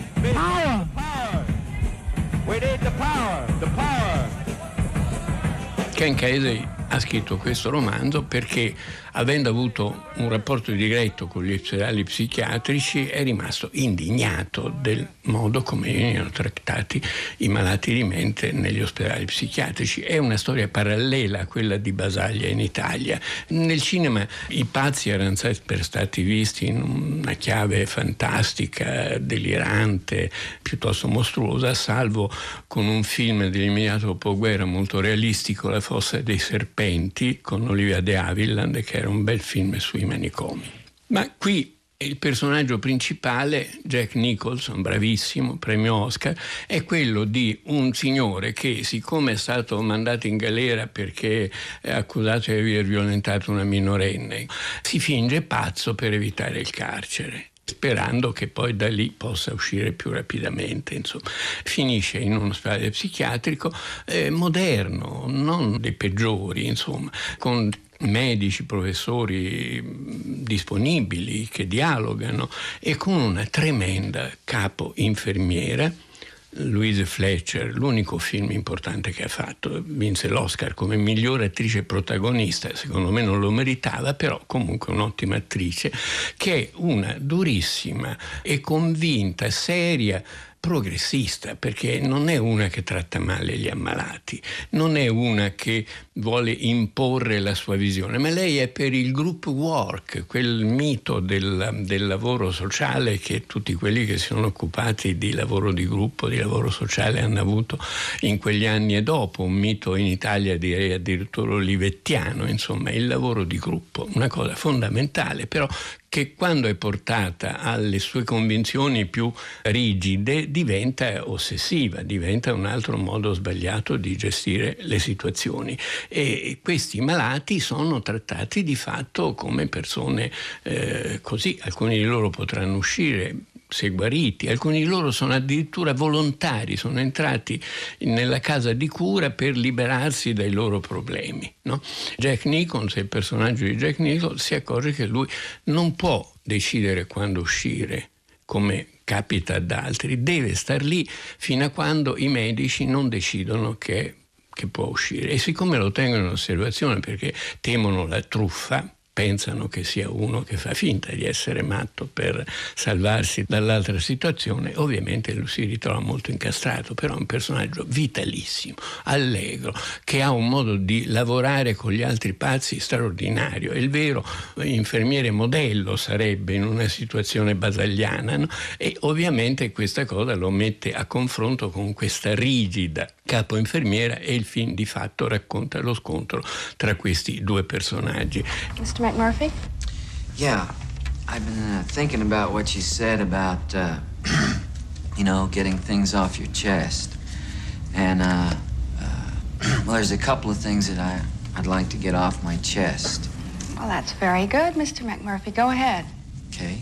J: Power.
I: Power. We need the power. The power.
E: Ken Kesey
H: ha scritto questo romanzo perché, avendo avuto un rapporto diretto con gli ospedali psichiatrici, è rimasto indignato del modo come venivano trattati i malati di mente negli ospedali psichiatrici. È una storia parallela a quella di Basaglia in Italia. Nel cinema i pazzi erano sempre stati visti in una chiave fantastica, delirante, piuttosto mostruosa, salvo con un film dell'immediato dopoguerra molto realistico, La fossa dei serpenti, con Olivia de Havilland, che era un bel film sui manicomi. Ma qui il personaggio principale, Jack Nicholson, bravissimo, premio Oscar, è quello di un signore che, siccome è stato mandato in galera perché è accusato di aver violentato una minorenne, si finge pazzo per evitare il carcere, sperando che poi da lì possa uscire più rapidamente. Insomma, finisce in uno ospedale psichiatrico eh, moderno, non dei peggiori, insomma, con medici, professori disponibili che dialogano, e con una tremenda capo infermiera, Louise Fletcher, l'unico film importante che ha fatto, vinse l'Oscar come migliore attrice protagonista, secondo me non lo meritava, però comunque un'ottima attrice, che è una durissima e convinta, seria, progressista, perché non è una che tratta male gli ammalati, non è una che vuole imporre la sua visione, ma lei è per il group work, quel mito del, del lavoro sociale che tutti quelli che si sono occupati di lavoro di gruppo, di lavoro sociale hanno avuto in quegli anni e dopo, un mito in Italia direi addirittura olivettiano, insomma il lavoro di gruppo, una cosa fondamentale, però che quando è portata alle sue convinzioni più rigide diventa ossessiva, diventa un altro modo sbagliato di gestire le situazioni. E questi malati sono trattati di fatto come persone eh, così, alcuni di loro potranno uscire se guariti, alcuni di loro sono addirittura volontari, sono entrati nella casa di cura per liberarsi dai loro problemi, no? Jack Nicholson, il personaggio di Jack Nicholson, si accorge che lui non può decidere quando uscire, come capita ad altri, deve star lì fino a quando i medici non decidono che, che può uscire. E siccome lo tengono in osservazione perché temono la truffa, pensano che sia uno che fa finta di essere matto per salvarsi dall'altra situazione, ovviamente lui si ritrova molto incastrato, però è un personaggio vitalissimo, allegro, che ha un modo di lavorare con gli altri pazzi straordinario. È il vero infermiere modello sarebbe in una situazione basagliana, no? E ovviamente questa cosa lo mette a confronto con questa rigida capo infermiera, e il film di fatto racconta lo scontro tra questi due personaggi.
K: mister McMurphy?
L: Yeah, I've been uh, thinking about what you said about, uh, you know, getting things off your chest. And, uh, uh, well, there's a couple of things that I, I'd like to get off my chest.
K: Well, that's very good, mister McMurphy. Go ahead.
L: Okay.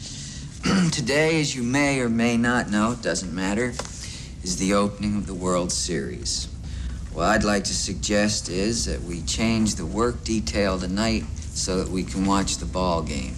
L: Today, as you may or may not know, it doesn't matter, is the opening of the World Series. What I'd like to suggest is that we change the work detail tonight so that we can watch the ball game.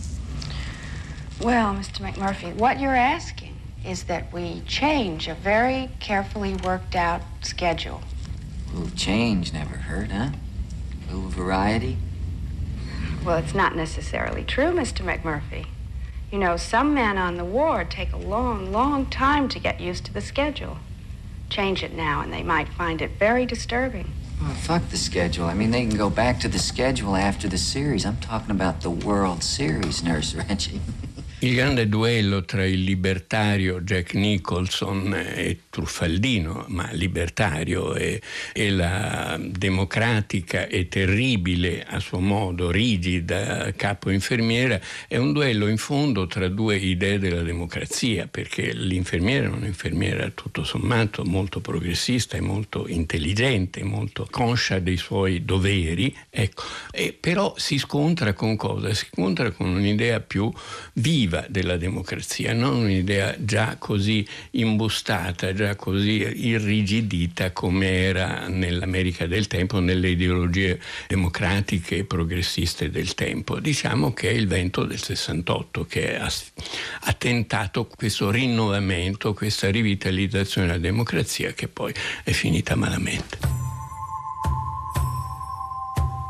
K: Well, mister McMurphy, what you're asking is that we change a very carefully worked out schedule.
L: A little change never hurt, huh? A little variety?
K: Well, it's not necessarily true, mister McMurphy. You know, some men on the ward take a long, long time to get used to the schedule. Change it now and they might find it very disturbing.
L: Oh, fuck the schedule. I mean, they can go back to the schedule after the series. I'm talking about the World Series, Nurse Reggie.
H: Il grande duello tra il libertario Jack Nicholson e truffaldino, ma libertario, e, e la democratica e terribile, a suo modo, rigida capo infermiera, è un duello in fondo tra due idee della democrazia, perché l'infermiera è un'infermiera tutto sommato molto progressista e molto intelligente, molto conscia dei suoi doveri, ecco. E però si scontra con cosa? Si scontra con un'idea più viva della democrazia, non un'idea già così imbustata, già così irrigidita come era nell'America del tempo, nelle ideologie democratiche e progressiste del tempo. Diciamo che è il vento del sessantotto che ha, ha tentato questo rinnovamento, questa rivitalizzazione della democrazia, che poi è finita malamente.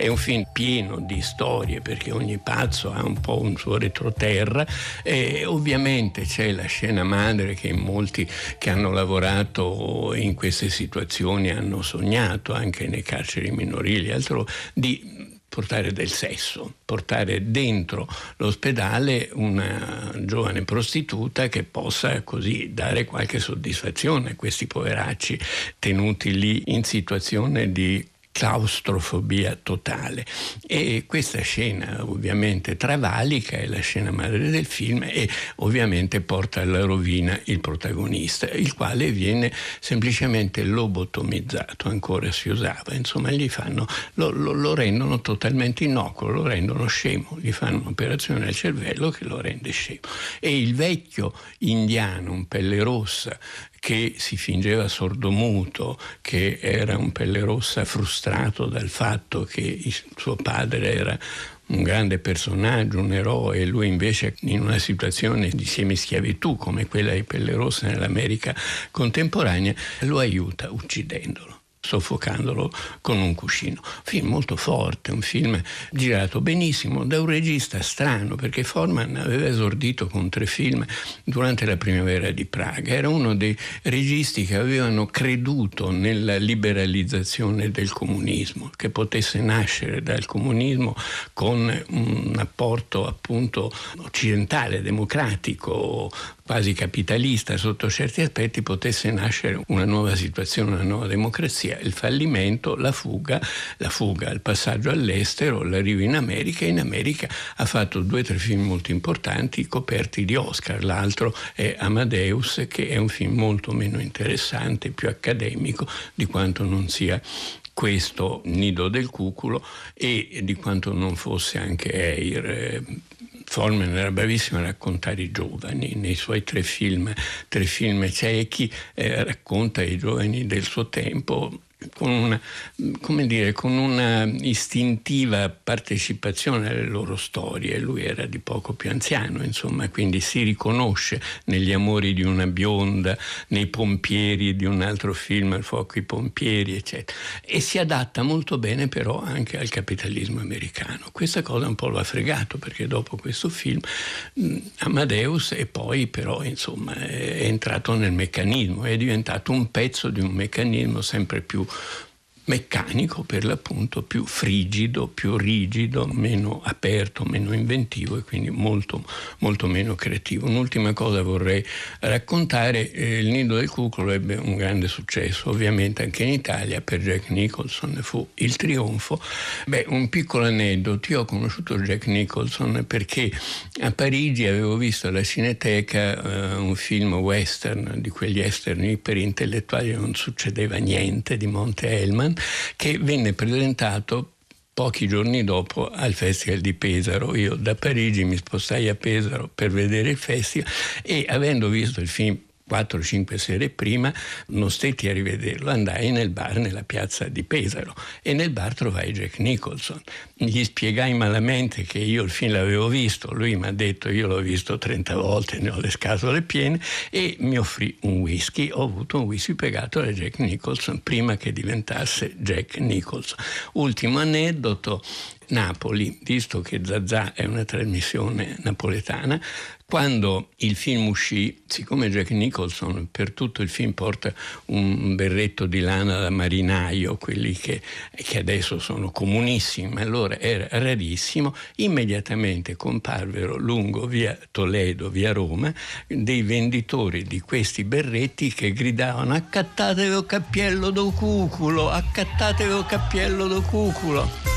H: È un film pieno di storie, perché ogni pazzo ha un po' un suo retroterra, e ovviamente c'è la scena madre che molti che hanno lavorato in queste situazioni hanno sognato, anche nei carceri minorili, altro, di portare del sesso, portare dentro l'ospedale una giovane prostituta che possa così dare qualche soddisfazione a questi poveracci tenuti lì in situazione di claustrofobia totale. E questa scena ovviamente travalica, è la scena madre del film, e ovviamente porta alla rovina il protagonista, il quale viene semplicemente lobotomizzato, ancora si usava, insomma gli fanno, lo, lo, lo rendono totalmente innocuo, lo rendono scemo, gli fanno un'operazione al cervello che lo rende scemo. E il vecchio indiano, un pelle rossa, che si fingeva sordomuto, che era un pelle rossa frustrato dal fatto che il suo padre era un grande personaggio, un eroe, e lui invece in una situazione di semischiavitù come quella di pelle rossa nell'America contemporanea, lo aiuta uccidendolo, soffocandolo con un cuscino. Un film molto forte, un film girato benissimo da un regista strano, perché Forman aveva esordito con tre film durante la primavera di Praga. Era uno dei registi che avevano creduto nella liberalizzazione del comunismo, che potesse nascere dal comunismo con un apporto appunto occidentale, democratico, quasi capitalista sotto certi aspetti, potesse nascere una nuova situazione, una nuova democrazia. Il fallimento, la fuga, la fuga, il passaggio all'estero, l'arrivo in America, e in America ha fatto due o tre film molto importanti coperti di Oscar. L'altro è Amadeus, che è un film molto meno interessante, più accademico di quanto non sia questo Nido del Cuculo, e di quanto non fosse anche Air. Forman era bravissimo a raccontare i giovani. Nei suoi tre film, tre film ciechi, eh, racconta i giovani del suo tempo con una, come dire, con una istintiva partecipazione alle loro storie. Lui era di poco più anziano, insomma, quindi si riconosce negli amori di una bionda, nei pompieri di un altro film, Il fuoco i pompieri, eccetera, e si adatta molto bene però anche al capitalismo americano. Questa cosa un po' lo ha fregato, perché dopo questo film mh, Amadeus, e poi però insomma è entrato nel meccanismo, è diventato un pezzo di un meccanismo sempre più meccanico, per l'appunto, più frigido, più rigido, meno aperto, meno inventivo, e quindi molto, molto meno creativo. Un'ultima cosa vorrei raccontare: eh, Il Nido del Cuculo ebbe un grande successo, ovviamente anche in Italia. Per Jack Nicholson fu il trionfo. Beh, un piccolo aneddoto: io ho conosciuto Jack Nicholson perché a Parigi avevo visto alla Cineteca eh, un film western, di quegli western per intellettuali, non succedeva niente, di Monte Hellman, che venne presentato pochi giorni dopo al Festival di Pesaro. Io da Parigi mi spostai a Pesaro per vedere il festival, e avendo visto il film quattro cinque sere prima non stetti a rivederlo, andai nel bar nella piazza di Pesaro, e nel bar trovai Jack Nicholson. Gli spiegai malamente che io il film l'avevo visto, lui mi ha detto: io l'ho visto trenta volte, ne ho le scatole piene, e mi offrì un whisky. Ho avuto un whisky pagato da Jack Nicholson prima che diventasse Jack Nicholson. Ultimo aneddoto: Napoli, visto che Zazà è una trasmissione napoletana, quando il film uscì, siccome Jack Nicholson per tutto il film porta un berretto di lana da marinaio, quelli che, che adesso sono comunissimi, ma allora era rarissimo, immediatamente comparvero lungo via Toledo, via Roma, dei venditori di questi berretti che gridavano: accattatevi o cappiello do cuculo, accattatevi o cappiello do cuculo.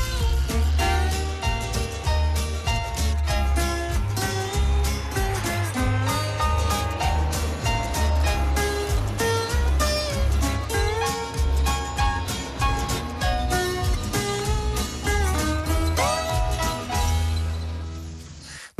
A: Beh,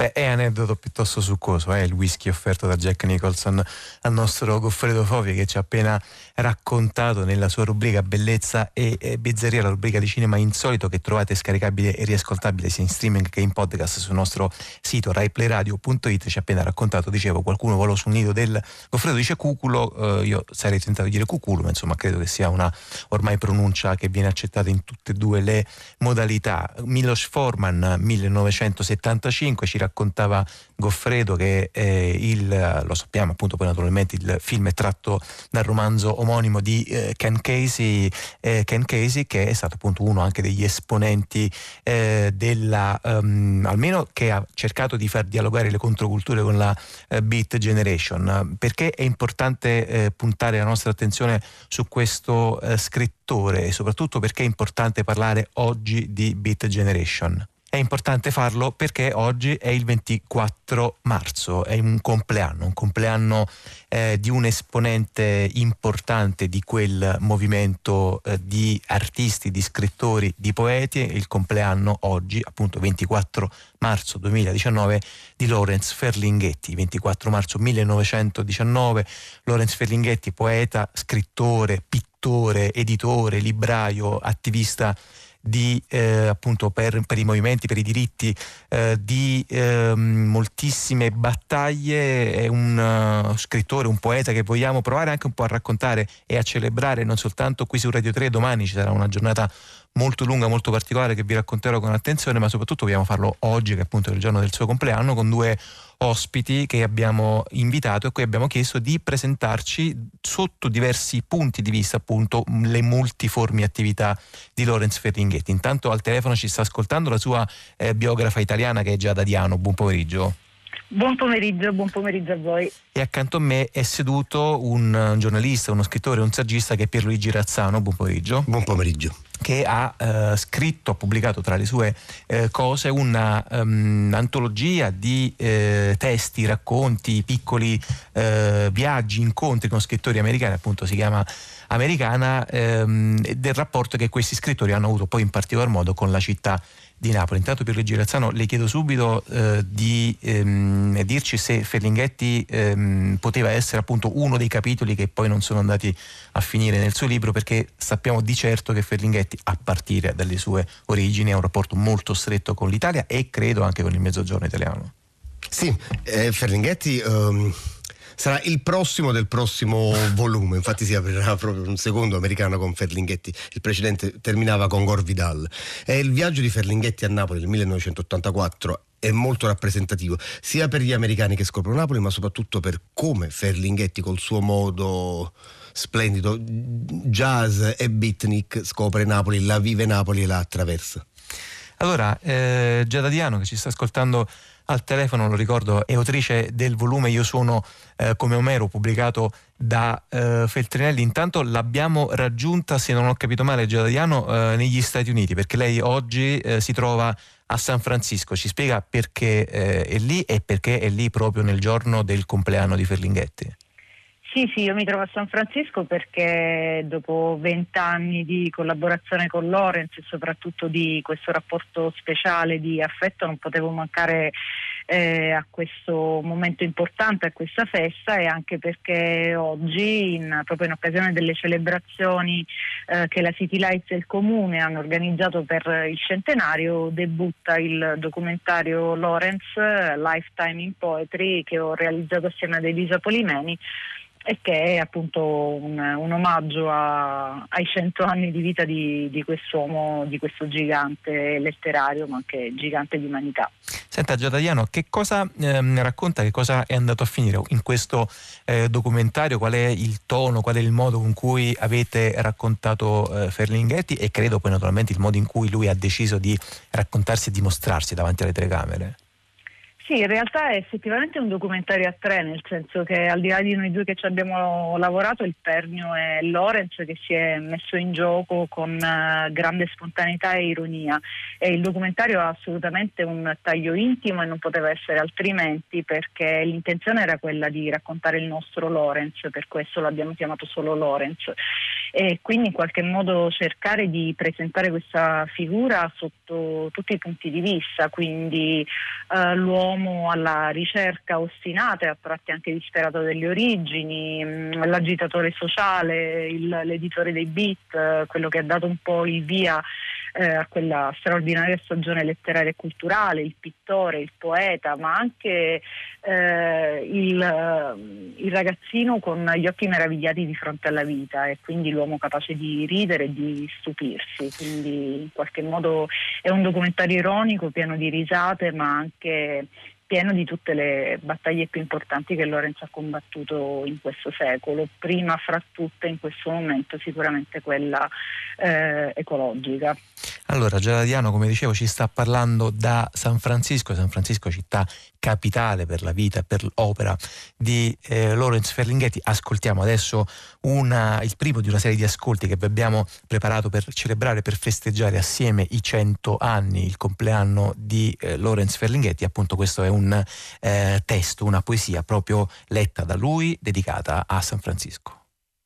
A: Beh, è aneddoto piuttosto succoso, eh, il whisky offerto da Jack Nicholson al nostro Goffredo Fovi, che ci ha appena raccontato nella sua rubrica Bellezza e, e Bizzarria, la rubrica di cinema insolito che trovate scaricabile e riascoltabile sia in streaming che in podcast sul nostro sito rai play radio punto it. Ci ha appena raccontato, dicevo, qualcuno volò sul nido del Goffredo, dice cuculo, eh, io sarei tentato di dire cuculo, ma insomma credo che sia una ormai pronuncia che viene accettata in tutte e due le modalità. Milos Forman, millenovecentosettantacinque, ci raccontava Goffredo che eh, il, lo sappiamo appunto, poi naturalmente il film è tratto dal romanzo omonimo di eh, Ken Casey, eh, Ken Casey, che è stato appunto uno anche degli esponenti eh, della um, almeno che ha cercato di far dialogare le controculture con la eh, Beat Generation. Perché è importante eh, puntare la nostra attenzione su questo eh, scrittore e soprattutto perché è importante parlare oggi di Beat Generation? È importante farlo perché oggi è il ventiquattro marzo, è un compleanno, un compleanno eh, di un esponente importante di quel movimento eh, di artisti, di scrittori, di poeti, il compleanno oggi, appunto ventiquattro marzo duemiladiciannove, di Lawrence Ferlinghetti. ventiquattro marzo millenovecentodiciannove, Lawrence Ferlinghetti, poeta, scrittore, pittore, editore, libraio, attivista di eh, appunto per, per i movimenti, per i diritti, eh, di eh, moltissime battaglie. È un uh, scrittore, un poeta che vogliamo provare anche un po' a raccontare e a celebrare, non soltanto qui su Radio tre. Domani ci sarà una giornata molto lunga, molto particolare che vi racconterò con attenzione, ma soprattutto vogliamo farlo oggi, che appunto è il giorno del suo compleanno, con due ospiti che abbiamo invitato e cui abbiamo chiesto di presentarci sotto diversi punti di vista appunto le multiformi attività di Lawrence Ferlinghetti. Intanto al telefono ci sta ascoltando la sua eh, biografa italiana, che è Giada Diano. Buon pomeriggio.
M: Buon pomeriggio, buon pomeriggio a voi.
A: E accanto a me è seduto un giornalista, uno scrittore, un saggista che è Pierluigi Razzano. Buon pomeriggio.
N: Buon pomeriggio.
A: Che ha eh, scritto, ha pubblicato tra le sue eh, cose una um, antologia di eh, testi, racconti, piccoli eh, viaggi, incontri con scrittori americani, appunto si chiama Americana, ehm, del rapporto che questi scrittori hanno avuto poi in particolar modo con la città di Napoli. Intanto Pierluigi Razzano, le chiedo subito eh, di ehm, dirci se Ferlinghetti ehm, poteva essere appunto uno dei capitoli che poi non sono andati a finire nel suo libro, perché sappiamo di certo che Ferlinghetti, a partire dalle sue origini, ha un rapporto molto stretto con l'Italia e credo anche con il Mezzogiorno italiano.
N: Sì, eh, Ferlinghetti um, sarà il prossimo del prossimo volume, infatti si aprirà proprio un secondo americano con Ferlinghetti, il precedente terminava con Gore Vidal. E il viaggio di Ferlinghetti a Napoli del millenovecentottantaquattro è molto rappresentativo sia per gli americani che scoprono Napoli, ma soprattutto per come Ferlinghetti col suo modo splendido jazz e beatnik scopre Napoli, la vive Napoli e la attraversa.
A: Allora, eh, Giada Diano, che ci sta ascoltando al telefono, lo ricordo, è autrice del volume Io sono eh, come Omero, pubblicato da eh, Feltrinelli. Intanto l'abbiamo raggiunta, se non ho capito male, Giada Diano, eh, negli Stati Uniti, perché lei oggi eh, si trova a San Francisco. Ci spiega perché eh, è lì e perché è lì proprio nel giorno del compleanno di Ferlinghetti?
M: Sì, sì, io mi trovo a San Francisco perché dopo vent'anni di collaborazione con Lawrence e soprattutto di questo rapporto speciale di affetto non potevo mancare eh, a questo momento importante, a questa festa, e anche perché oggi, in, proprio in occasione delle celebrazioni eh, che la City Lights e il Comune hanno organizzato per il centenario, debutta il documentario Lawrence, Lifetime in Poetry, che ho realizzato assieme ad Elisa Polimeni, e che è appunto un, un omaggio a, ai cento anni di vita di, di quest'uomo, di questo gigante letterario, ma anche gigante di umanità.
A: Senta Giada Diano, che cosa ehm, racconta, che cosa è andato a finire in questo eh, documentario? Qual è il tono, qual è il modo con cui avete raccontato eh, Ferlinghetti, e credo poi naturalmente il modo in cui lui ha deciso di raccontarsi e di mostrarsi davanti alle telecamere?
M: Sì, in realtà è effettivamente un documentario a tre, nel senso che al di là di noi due che ci abbiamo lavorato, il perno è Lawrence, che si è messo in gioco con uh, grande spontaneità e ironia, e il documentario ha assolutamente un taglio intimo e non poteva essere altrimenti, perché l'intenzione era quella di raccontare il nostro Lawrence, per questo l'abbiamo chiamato solo Lawrence. e quindi in qualche modo cercare di presentare questa figura sotto tutti i punti di vista, quindi eh, l'uomo alla ricerca ostinata e a tratti anche disperato delle origini, mh, l'agitatore sociale, il, l'editore dei beat, eh, quello che ha dato un po' il via eh, a quella straordinaria stagione letteraria e culturale, il pittore, il poeta, ma anche eh, il, il ragazzino con gli occhi meravigliati di fronte alla vita, e quindi l'uomo capace di ridere e di stupirsi. Quindi in qualche modo è un documentario ironico, pieno di risate, ma anche pieno di tutte le battaglie più importanti che Lorenz ha combattuto in questo secolo, prima fra tutte in questo momento sicuramente quella eh, ecologica.
A: Allora, Giada Diano, come dicevo, ci sta parlando da San Francisco, San Francisco città capitale per la vita e per l'opera di eh, Lawrence Ferlinghetti. Ascoltiamo adesso una, il primo di una serie di ascolti che vi abbiamo preparato per celebrare, per festeggiare assieme i cento anni, il compleanno di eh, Lawrence Ferlinghetti. Appunto questo è un eh, testo, una poesia proprio letta da lui, dedicata a San Francisco.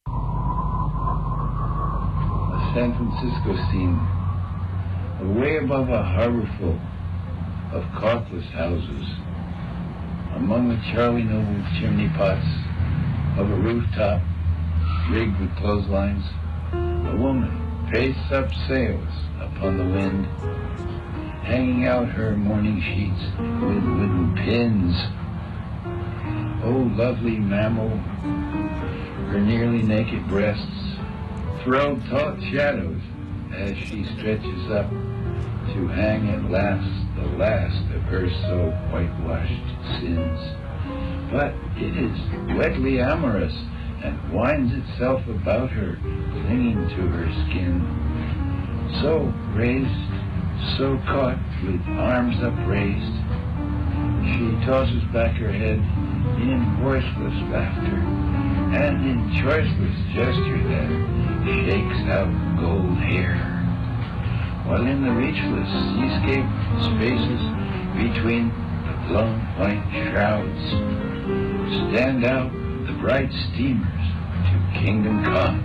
O: A San Francisco scene, away above a harbor full of caulkless houses, among the Charlie Noble chimney pots of a rooftop rigged with clotheslines, a woman pastes up sails upon the wind, hanging out her morning sheets with wooden pins. Oh, lovely mammal, her nearly naked breasts throw taut shadows as she stretches up to hang at last the last of her so whitewashed sins. But it is wetly amorous and winds itself about her, clinging to her skin. So raised, so caught with arms upraised, she tosses back her head in voiceless laughter and in choiceless gesture that shakes out gold hair, while in the reachless seascape spaces between the blown white shrouds stand out the bright steamers to Kingdom Come.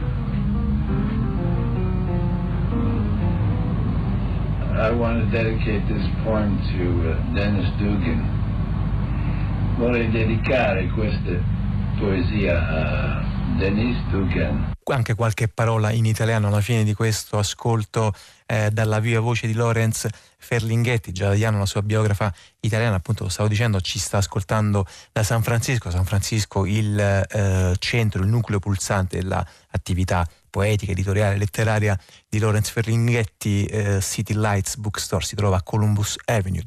O: I want to dedicate this poem to uh, Dennis Dugan. Vorrei dedicare questa poesia a Dennis Dugan.
A: Anche qualche parola in italiano alla fine di questo ascolto eh, dalla viva voce di Lawrence Ferlinghetti. Giada Diano, la sua biografa italiana, appunto lo stavo dicendo, ci sta ascoltando da San Francisco. San Francisco, il eh, centro, il nucleo pulsante dell'attività poetica, editoriale, letteraria di Lawrence Ferlinghetti. eh, City Lights Bookstore si trova a Columbus Avenue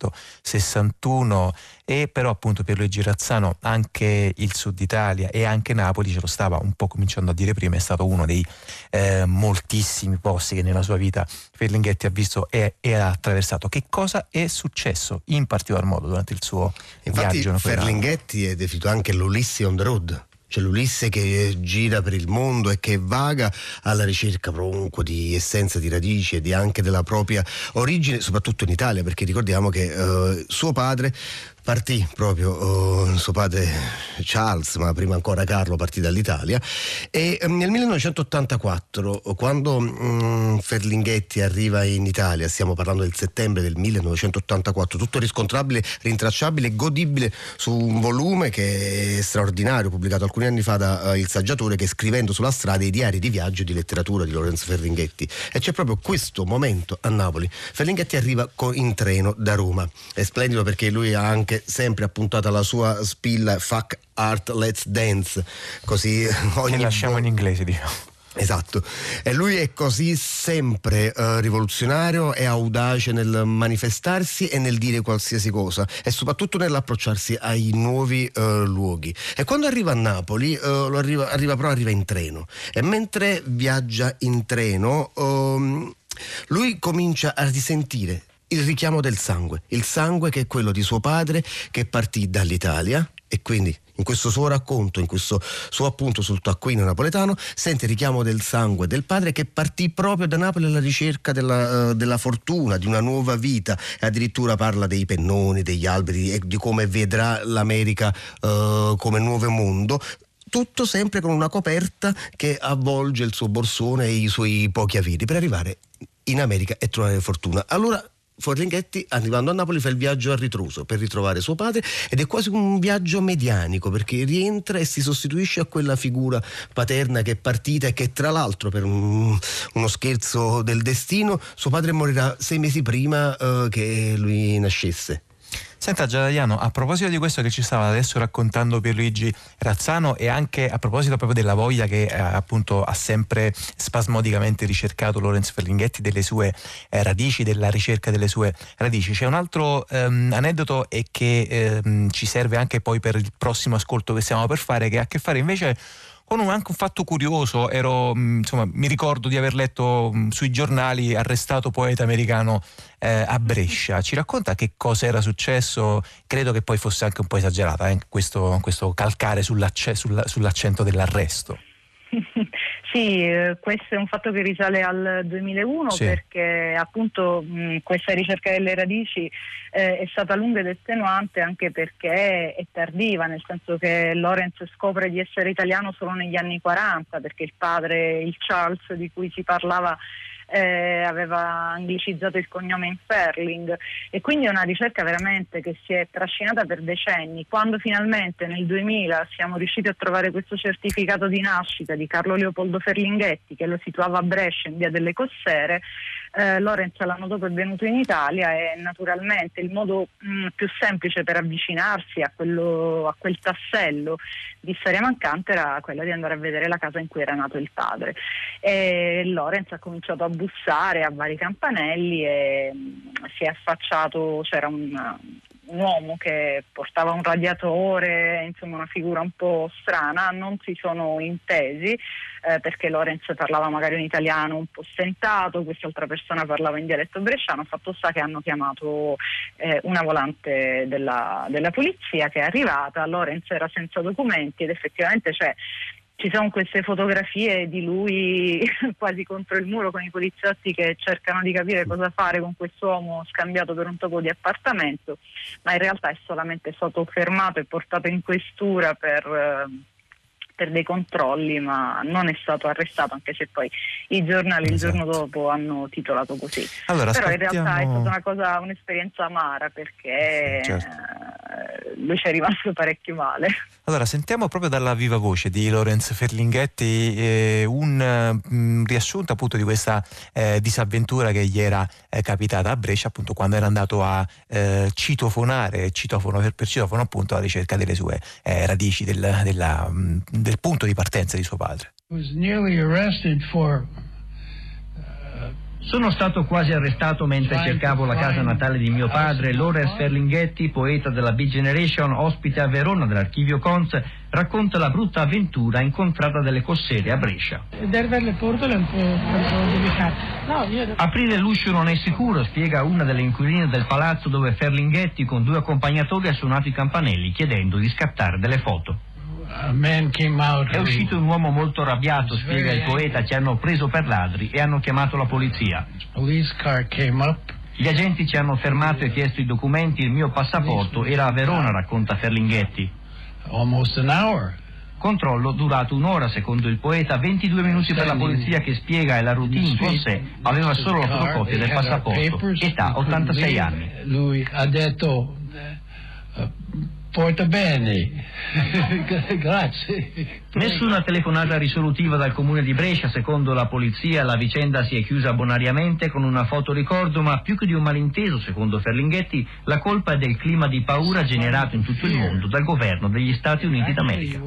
A: duecentosessantuno, e però appunto per Luigi Razzano anche il Sud Italia e anche Napoli, ce lo stava un po' cominciando a dire prima, è stato uno dei eh, moltissimi posti che nella sua vita Ferlinghetti ha visto e, e ha attraversato. Che cosa è successo in particolar modo durante il suo
N: Infatti,
A: viaggio?
N: Ferlinghetti è definito anche l'Ulisse on the road. C'è l'Ulisse che gira per il mondo e che vaga alla ricerca comunque di essenza, di radici e di anche della propria origine, soprattutto in Italia, perché ricordiamo che eh, suo padre partì proprio, uh, suo padre Charles, ma prima ancora Carlo, partì dall'Italia, e um, nel millenovecentottantaquattro, quando um, Ferlinghetti arriva in Italia, stiamo parlando del settembre del millenovecentottantaquattro, tutto riscontrabile, rintracciabile, godibile su un volume che è straordinario, pubblicato alcuni anni fa da uh, Il Saggiatore, che scrivendo sulla strada i diari di viaggio e di letteratura di Lawrence Ferlinghetti. E c'è proprio questo momento a Napoli. Ferlinghetti arriva co- in treno da Roma. È splendido perché lui ha anche sempre appuntato alla sua spilla Fuck Art, Let's Dance, così ogni
A: che lasciamo
N: vo-
A: in inglese, diciamo.
N: Esatto, e lui è così sempre uh, rivoluzionario e audace nel manifestarsi e nel dire qualsiasi cosa, e soprattutto nell'approcciarsi ai nuovi uh, luoghi. E quando arriva a Napoli, uh, lo arriva, arriva però arriva in treno, e mentre viaggia in treno um, lui comincia a risentire il richiamo del sangue, il sangue che è quello di suo padre, che partì dall'Italia, e quindi in questo suo racconto, in questo suo appunto sul taccuino napoletano, sente il richiamo del sangue del padre, che partì proprio da Napoli alla ricerca della, uh, della fortuna, di una nuova vita, e addirittura parla dei pennoni, degli alberi e di come vedrà l'America uh, come nuovo mondo. tutto sempre con una coperta che avvolge il suo borsone e i suoi pochi averi per arrivare in America e trovare fortuna. Allora Ferlinghetti, arrivando a Napoli, fa il viaggio a ritroso per ritrovare suo padre, ed è quasi un viaggio medianico, perché rientra e si sostituisce a quella figura paterna che è partita e che, tra l'altro, per un, uno scherzo del destino, suo padre morirà sei mesi prima uh, che lui nascesse.
A: Senta Giadaiano, a proposito di questo che ci stava adesso raccontando Pierluigi Razzano, e anche a proposito proprio della voglia che eh, appunto ha sempre spasmodicamente ricercato Lorenz Ferlinghetti, delle sue eh, radici, della ricerca delle sue radici, c'è un altro ehm, aneddoto e che ehm, ci serve anche poi per il prossimo ascolto che stiamo per fare, che ha a che fare invece con un, anche un fatto curioso. Ero, insomma, mi ricordo di aver letto mh, sui giornali arrestato poeta americano eh, a Brescia. Ci racconta che cosa era successo? Credo che poi fosse anche un po' esagerata eh, questo, questo calcare sull'acce, sulla, sull'accento dell'arresto.
M: Sì, eh, questo è un fatto che risale al duemilauno, sì, perché appunto mh, questa ricerca delle radici eh, è stata lunga ed estenuante, anche perché è tardiva, nel senso che Lorenz scopre di essere italiano solo negli anni quaranta, perché il padre, il Charles di cui si parlava, Eh, aveva anglicizzato il cognome in Ferling, e quindi è una ricerca veramente che si è trascinata per decenni. Quando finalmente nel duemila siamo riusciti a trovare questo certificato di nascita di Carlo Leopoldo Ferlinghetti, che lo situava a Brescia in via delle Cossere, eh, Lorenz l'anno dopo è venuto in Italia, e naturalmente il modo mh, più semplice per avvicinarsi a, quello, a quel tassello di storia mancante era quella di andare a vedere la casa in cui era nato il padre. E Lorenz ha cominciato a bussare a vari campanelli e si è affacciato, c'era un, un uomo che portava un radiatore, insomma una figura un po' strana. Non si sono intesi eh, perché Lorenz parlava magari un italiano un po' stentato, quest'altra persona parlava in dialetto bresciano. Fatto sta che hanno chiamato eh, una volante della, della polizia, che è arrivata. Lorenz era senza documenti ed effettivamente c'è Ci sono queste fotografie di lui quasi contro il muro, con i poliziotti che cercano di capire cosa fare con quest'uomo scambiato per un topo di appartamento, ma in realtà è solamente stato fermato e portato in questura per, per dei controlli, ma non è stato arrestato, anche se poi i giornali esatto. il giorno dopo hanno titolato così. Allora, però aspettiamo... in realtà è stata una cosa, un'esperienza amara, perché certo. eh, lui ci è rimasto parecchio male.
A: Allora, sentiamo proprio dalla viva voce di Lorenz Ferlinghetti eh, un mh, riassunto appunto di questa eh, disavventura che gli era eh, capitata a Brescia, appunto quando era andato a eh, citofonare, citofono per, per citofono appunto, alla ricerca delle sue eh, radici, del, della, mh, del punto di partenza di suo padre.
P: Was nearly arrested for Sono stato quasi arrestato mentre cercavo la casa natale di mio padre. Lorenz Ferlinghetti, poeta della Beat Generation, ospite a Verona dell'Archivio Cons, racconta la brutta avventura incontrata delle Cossere a Brescia. Aprire l'uscio non è sicuro, spiega una delle inquiline del palazzo dove Ferlinghetti con due accompagnatori ha suonato i campanelli chiedendo di scattare delle foto. È uscito un uomo molto arrabbiato, spiega il poeta, ci hanno preso per ladri e hanno chiamato la polizia. Gli agenti ci hanno fermato e chiesto i documenti, il mio passaporto era a Verona, racconta Ferlinghetti. Controllo durato un'ora, secondo il poeta, ventidue minuti per la polizia che spiega e la routine con sé, aveva solo la fotocopia del passaporto, età ottantasei anni. Lui ha detto... Porta bene, grazie. Nessuna telefonata risolutiva dal comune di Brescia, secondo la polizia la vicenda si è chiusa bonariamente con una fotoricordo, ma più che di un malinteso, secondo Ferlinghetti, la colpa è del clima di paura generato in tutto il mondo dal governo degli Stati Uniti d'America.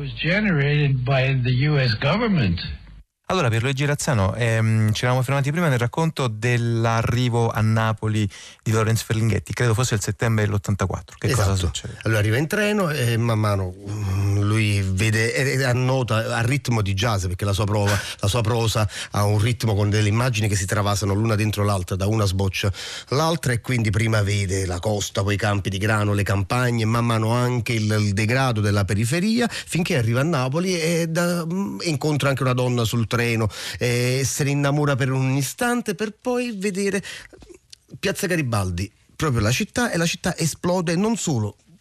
A: Allora, Pierluigi Razzano, ehm, ci eravamo fermati prima nel racconto dell'arrivo a Napoli di Lorenz Ferlinghetti, credo fosse il settembre dell'ottantaquattro. Che
N: esatto.
A: cosa succede?
N: Allora arriva in treno e man mano lui vede, e annota a ritmo di jazz, perché la sua, prova, la sua prosa ha un ritmo con delle immagini che si travasano l'una dentro l'altra, da una sboccia l'altra, e quindi prima vede la costa, poi i campi di grano, le campagne, man mano anche il, il degrado della periferia, finché arriva a Napoli e, da, e incontra anche una donna sul treno. Eh, se ne innamora per un istante, per poi vedere Piazza Garibaldi, proprio la città, e la città esplode non solo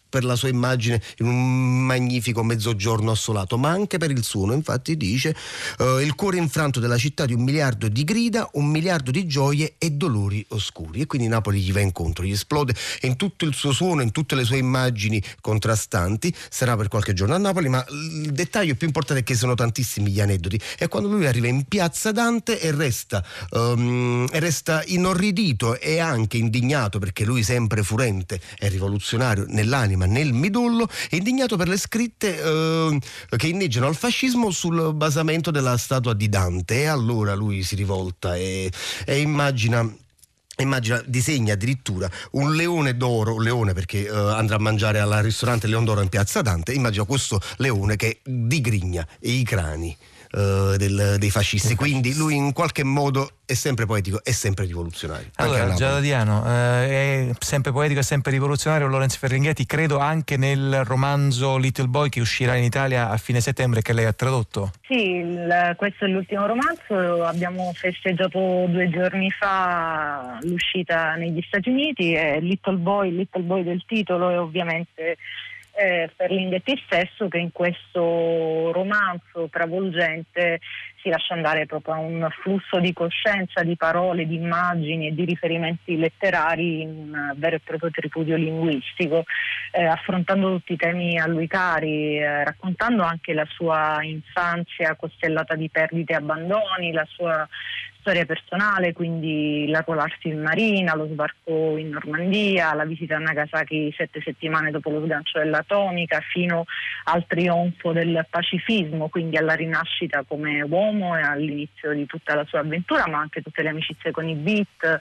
N: per la sua immagine in un magnifico mezzogiorno assolato, ma anche per il suono. Infatti dice uh, il cuore infranto della città di un miliardo di grida, un miliardo di gioie e dolori oscuri, e quindi Napoli gli va incontro, gli esplode in tutto il suo suono, in tutte le sue immagini contrastanti. Sarà per qualche giorno a Napoli, ma il dettaglio più importante è che sono tantissimi gli aneddoti. È quando lui arriva in piazza Dante e resta, um, e resta inorridito e anche indignato, perché lui, sempre furente e rivoluzionario nell'anima, nel midollo, è indignato per le scritte uh, che inneggiano al fascismo sul basamento della statua di Dante, e allora lui si rivolta e, e immagina Immagina, disegna addirittura un leone d'oro, un leone perché uh, andrà a mangiare al ristorante Leon d'Oro in piazza Dante. Immagina questo leone che digrigna i crani uh, del, dei fascisti. Quindi lui in qualche modo è sempre poetico, è sempre rivoluzionario.
A: Allora, Giadadiano, eh, è sempre poetico e sempre rivoluzionario Laurence Ferlinghetti, credo anche nel romanzo Little Boy, che uscirà in Italia a fine settembre, che lei ha tradotto.
M: Sì, il, questo è l'ultimo romanzo, abbiamo festeggiato due giorni fa l'uscita negli Stati Uniti, e Little Boy, Little Boy del titolo è ovviamente eh, Ferlinghetti stesso, che in questo romanzo travolgente si lascia andare proprio a un flusso di coscienza, di parole, di immagini e di riferimenti letterari in un vero e proprio tripudio linguistico, eh, affrontando tutti i temi a lui cari, eh, raccontando anche la sua infanzia costellata di perdite e abbandoni, la sua storia personale, quindi l'arruolarsi in marina, lo sbarco in Normandia, la visita a Nagasaki sette settimane dopo lo sgancio dell'atomica, fino al trionfo del pacifismo, quindi alla rinascita come uomo e all'inizio di tutta la sua avventura, ma anche tutte le amicizie con i Beat.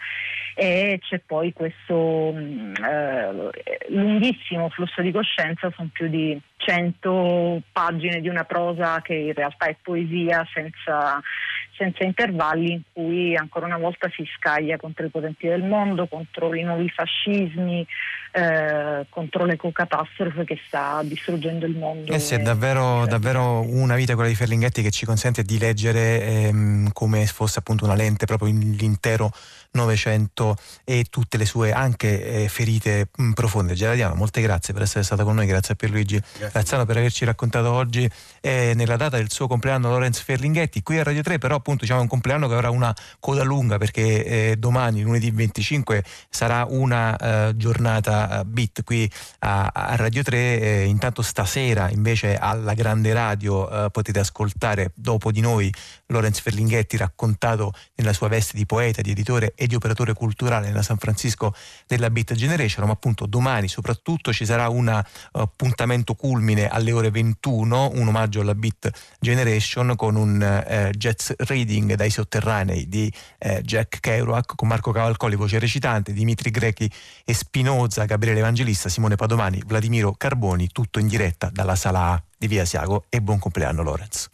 M: E c'è poi questo eh, lunghissimo flusso di coscienza, sono più di cento pagine di una prosa che in realtà è poesia senza, senza intervalli, in cui ancora una volta si scaglia contro i potenti del mondo, contro i nuovi fascismi, eh, contro l'ecocatastrofe che sta distruggendo il mondo.
A: Eh sì, è davvero, davvero una vita quella di Ferlinghetti, che ci consente di leggere ehm, come fosse appunto una lente proprio l'intero Novecento e tutte le sue anche eh, ferite mh, profonde. Gerardiano, molte grazie per essere stata con noi, grazie a Pierluigi Razzano per averci raccontato oggi eh, nella data del suo compleanno Laurence Ferlinghetti qui a Radio tre. Però appunto diciamo un compleanno che avrà una coda lunga, perché eh, domani, lunedì venticinque, sarà una eh, giornata beat qui a, a Radio tre. Eh, intanto stasera invece alla grande radio eh, potete ascoltare Dopo di noi Laurence Ferlinghetti raccontato nella sua veste di poeta, di editore e di operatore culturale nella San Francisco della Beat Generation. Ma appunto domani soprattutto ci sarà un uh, appuntamento culmine alle ore ventuno, un omaggio alla Beat Generation con un uh, jazz reading dai sotterranei di uh, Jack Kerouac, con Marco Cavalcoli voce recitante, Dimitri Grechi e Spinoza, Gabriele Evangelista, Simone Padomani, Vladimiro Carboni, tutto in diretta dalla sala A di Via Asiago. E buon compleanno Laurence.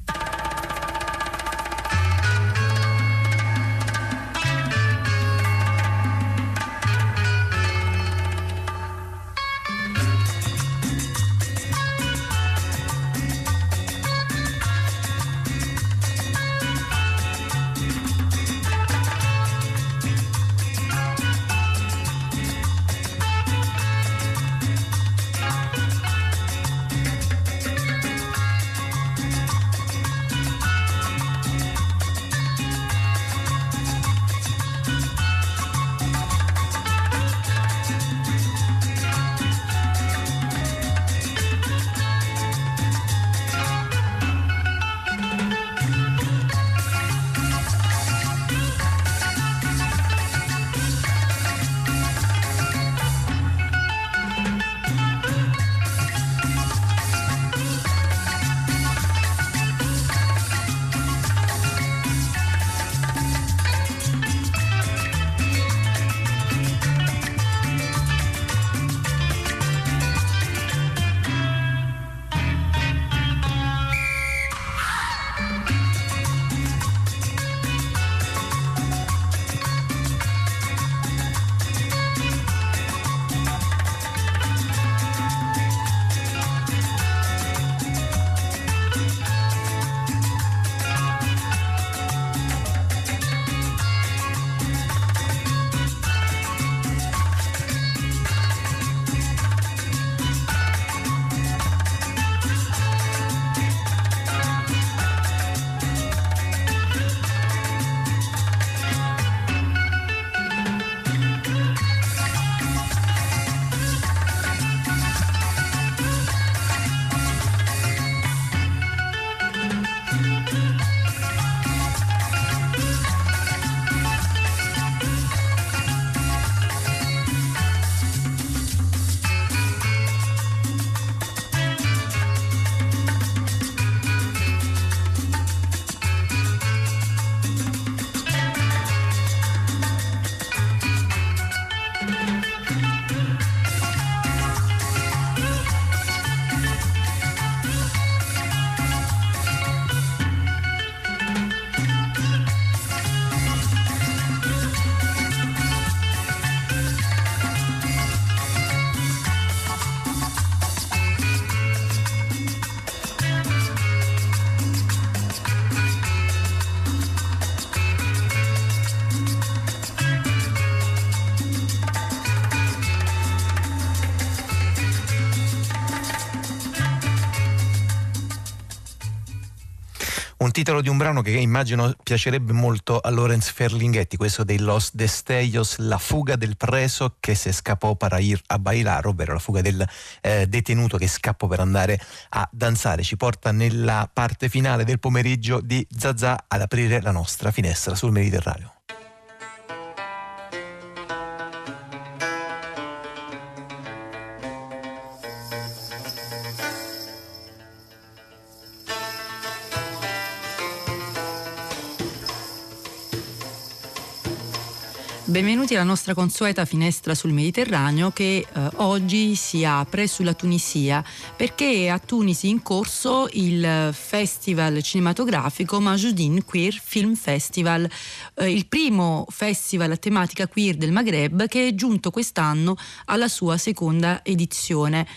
A: Un titolo di un brano che immagino piacerebbe molto a Lawrence Ferlinghetti, questo dei Los Destellos, la fuga del preso che se scappò para ir a bailar, ovvero la fuga del eh, detenuto che scappò per andare a danzare. Ci porta nella parte finale del pomeriggio di Zazà ad aprire la nostra finestra sul Mediterraneo.
Q: Benvenuti alla nostra consueta finestra sul Mediterraneo che eh, oggi si apre sulla Tunisia, perché è a Tunisi in corso il festival cinematografico Majoudine Queer Film Festival, eh, il primo festival a tematica queer del Maghreb che è giunto quest'anno alla sua seconda edizione.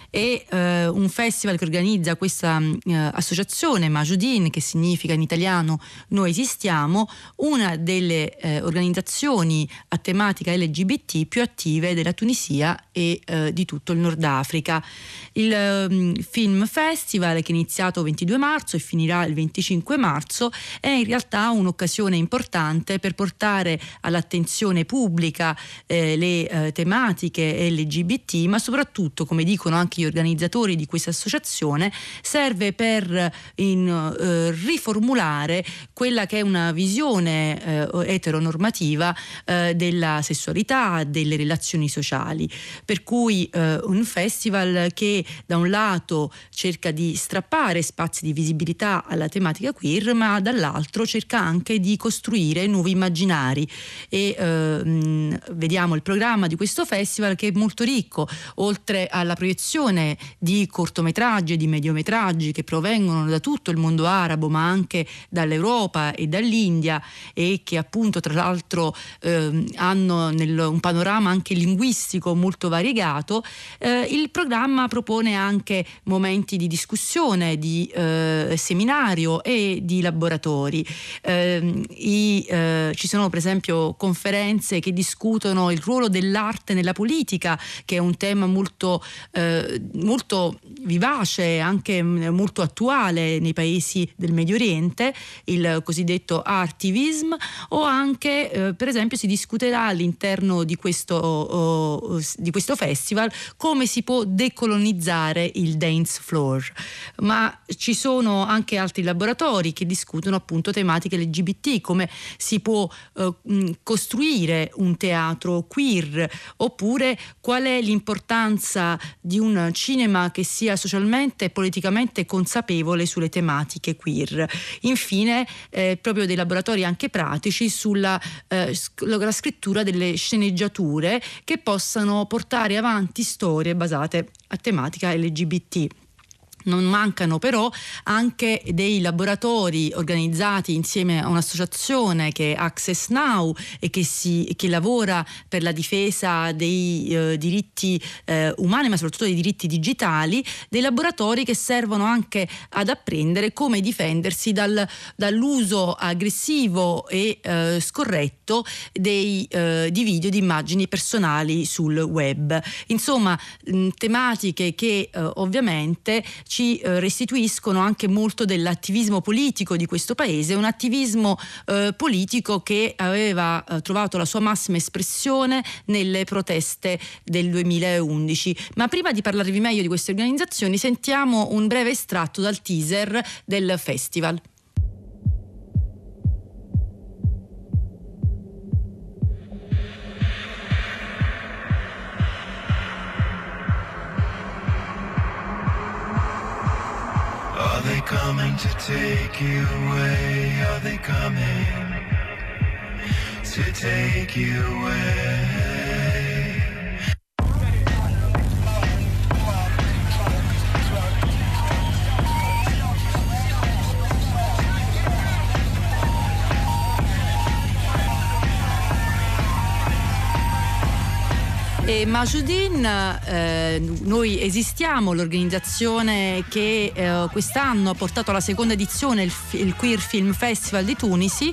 Q: È eh, un festival che organizza questa eh, associazione Majoudine, che significa in italiano Noi Esistiamo, una delle eh, organizzazioni a tematica L G B T più attive della Tunisia e eh, di tutto il Nord Africa. Il eh, Film Festival, che è iniziato il ventidue marzo e finirà il venticinque marzo, è in realtà un'occasione importante per portare all'attenzione pubblica eh, le eh, tematiche L G B T, ma soprattutto, come dicono anche gli organizzatori di questa associazione, serve per in, eh, riformulare quella che è una visione eh, eteronormativa eh, della sessualità, delle relazioni sociali. Per cui eh, un festival che da un lato cerca di strappare spazi di visibilità alla tematica queer, ma dall'altro cerca anche di costruire nuovi immaginari. E eh, mh, vediamo il programma di questo festival, che è molto ricco, oltre alla proiezione di cortometraggi e di mediometraggi che provengono da tutto il mondo arabo, ma anche dall'Europa e dall'India, e che appunto tra l'altro eh, hanno nel, un panorama anche linguistico molto variegato. Eh, il programma propone anche momenti di discussione, di eh, seminario e di laboratori. Eh, i, eh, ci sono per esempio conferenze che discutono il ruolo dell'arte nella politica, che è un tema molto eh, molto vivace, anche molto attuale nei paesi del Medio Oriente, il cosiddetto artivism, o anche eh, per esempio si discuterà all'interno di questo, oh, di questo festival come si può decolonizzare il dance floor. Ma ci sono anche altri laboratori che discutono appunto tematiche L G B T, come si può eh, costruire un teatro queer, oppure qual è l'importanza di un cinema che sia socialmente e politicamente consapevole sulle tematiche queer. Infine eh, proprio dei laboratori anche pratici sulla eh, la scrittura delle sceneggiature che possano portare avanti storie basate a tematica L G B T. Non mancano però anche dei laboratori organizzati insieme a un'associazione che è Access Now e che, si, che lavora per la difesa dei eh, diritti eh, umani, ma soprattutto dei diritti digitali, dei laboratori che servono anche ad apprendere come difendersi dal, dall'uso aggressivo e eh, scorretto dei, eh, di video e di immagini personali sul web. Insomma, mh, tematiche che eh, ovviamente ci eh, restituiscono anche molto dell'attivismo politico di questo paese, un attivismo eh, politico che aveva eh, trovato la sua massima espressione nelle proteste del duemilaundici. Ma prima di parlarvi meglio di queste organizzazioni, sentiamo un breve estratto dal teaser del festival.
R: Are they coming to take you away? Are they coming to take you away?
Q: E Majoudine, eh, Noi Esistiamo, l'organizzazione che eh, quest'anno ha portato alla seconda edizione il, il Queer Film Festival di Tunisi,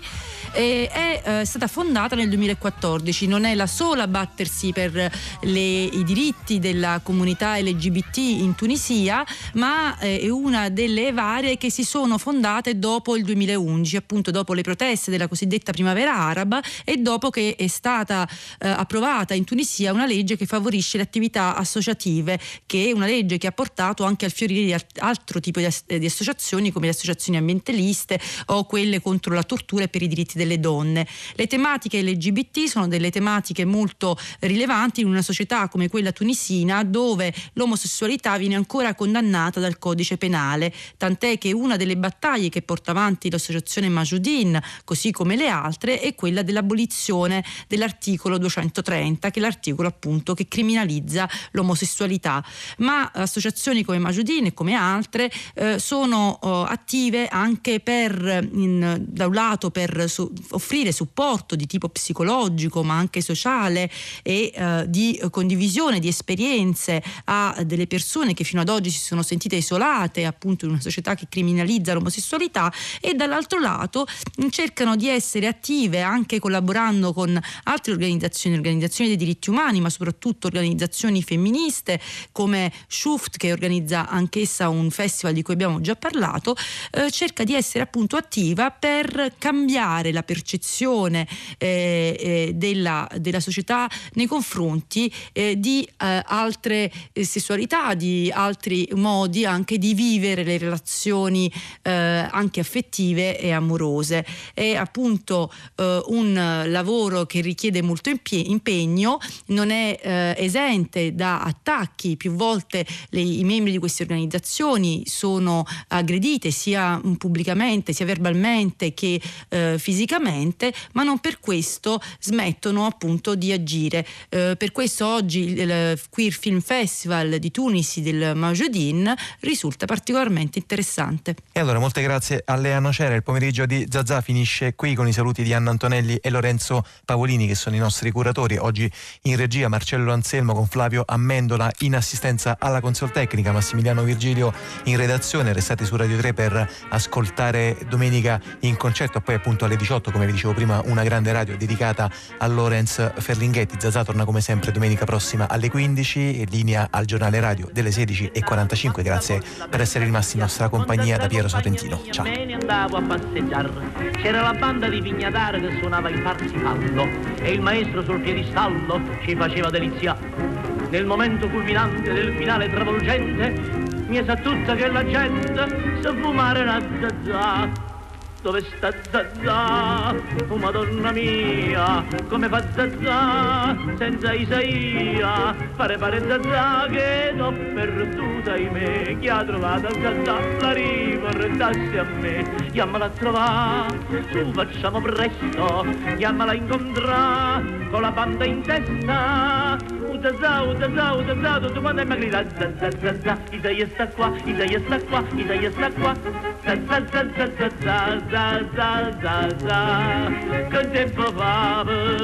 Q: e è eh, stata fondata nel duemilaquattordici. Non è la sola a battersi per le, i diritti della comunità L G B T in Tunisia, ma eh, è una delle varie che si sono fondate dopo il duemilaundici, appunto dopo le proteste della cosiddetta primavera araba e dopo che è stata eh, approvata in Tunisia una legge che favorisce le attività associative, che è una legge che ha portato anche al fiorire di altro tipo di, as- di associazioni, come le associazioni ambientaliste o quelle contro la tortura e per i diritti delle donne. Le tematiche L G B T sono delle tematiche molto rilevanti in una società come quella tunisina, dove l'omosessualità viene ancora condannata dal codice penale, tant'è che una delle battaglie che porta avanti l'associazione Majoudin, così come le altre, è quella dell'abolizione dell'articolo duecentotrenta, che è l'articolo appunto che criminalizza l'omosessualità. Ma associazioni come Majoudin e come altre eh, sono eh, attive anche per, in, da un lato per su, offrire supporto di tipo psicologico ma anche sociale e eh, di condivisione di esperienze a delle persone che fino ad oggi si sono sentite isolate appunto in una società che criminalizza l'omosessualità, e dall'altro lato cercano di essere attive anche collaborando con altre organizzazioni, organizzazioni dei diritti umani, ma soprattutto organizzazioni femministe come Shuft, che organizza anch'essa un festival di cui abbiamo già parlato. Eh, cerca di essere appunto attiva per cambiare la percezione eh, eh, della, della società nei confronti eh, di eh, altre eh, sessualità, di altri modi anche di vivere le relazioni eh, anche affettive e amorose. È appunto eh, un lavoro che richiede molto impegno, non è eh, esente da attacchi. Più volte le, i membri di queste organizzazioni sono aggredite sia pubblicamente sia verbalmente che eh, fisicamente, ma non per questo smettono appunto di agire. Eh, per questo oggi il, il Queer Film Festival di Tunisi del Majoudin risulta particolarmente interessante.
A: E allora molte grazie a Lea Nocera. Il pomeriggio di Zazà finisce qui con i saluti di Anna Antonelli e Lorenzo Pavolini, che sono i nostri curatori. Oggi in regia Marcello Anselmo con Flavio Amendola in assistenza alla console tecnica, Massimiliano Virgilio in redazione. Restate su Radio tre per ascoltare Domenica in Concerto, poi appunto alle diciotto, come vi dicevo prima, una grande radio dedicata a Lorenz Ferlinghetti. Zazà torna come sempre domenica prossima alle quindici, in linea al giornale radio delle sedici e quarantacinque. Grazie per essere rimasti in nostra compagnia da Piero Sorrentino. Ciao.
S: Me ne andavo a passeggiare, c'era la banda di Vignatare che suonava il Parsifallo e il maestro sul piedistallo ci faceva delizia. Nel momento culminante del finale travolgente mi sa tutta che la gente sa fumare la Zazà. Dove sta Zazà? Oh Madonna mia, come fa Zazà senza Isaia? Pare pare Zazà che l'ho perduta in me. Chi ha trovato Zazà la riportasse a me. Chiamala a trovare, su facciamo presto, chiamala a incontrare con la banda in testa. Uh Zazà, uh Zazà, uh Zazà, tutto quanto è mi grida Zazà, Zazà, Isaia sta qua, Isaia sta qua, Isaia sta qua. Zazà, Zazà, Zazà, za za za za, che tempo fa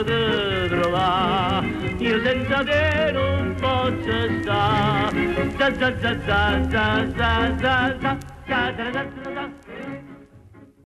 S: per trovare, io senza te non posso stare. Za za za za za za za za za za za za.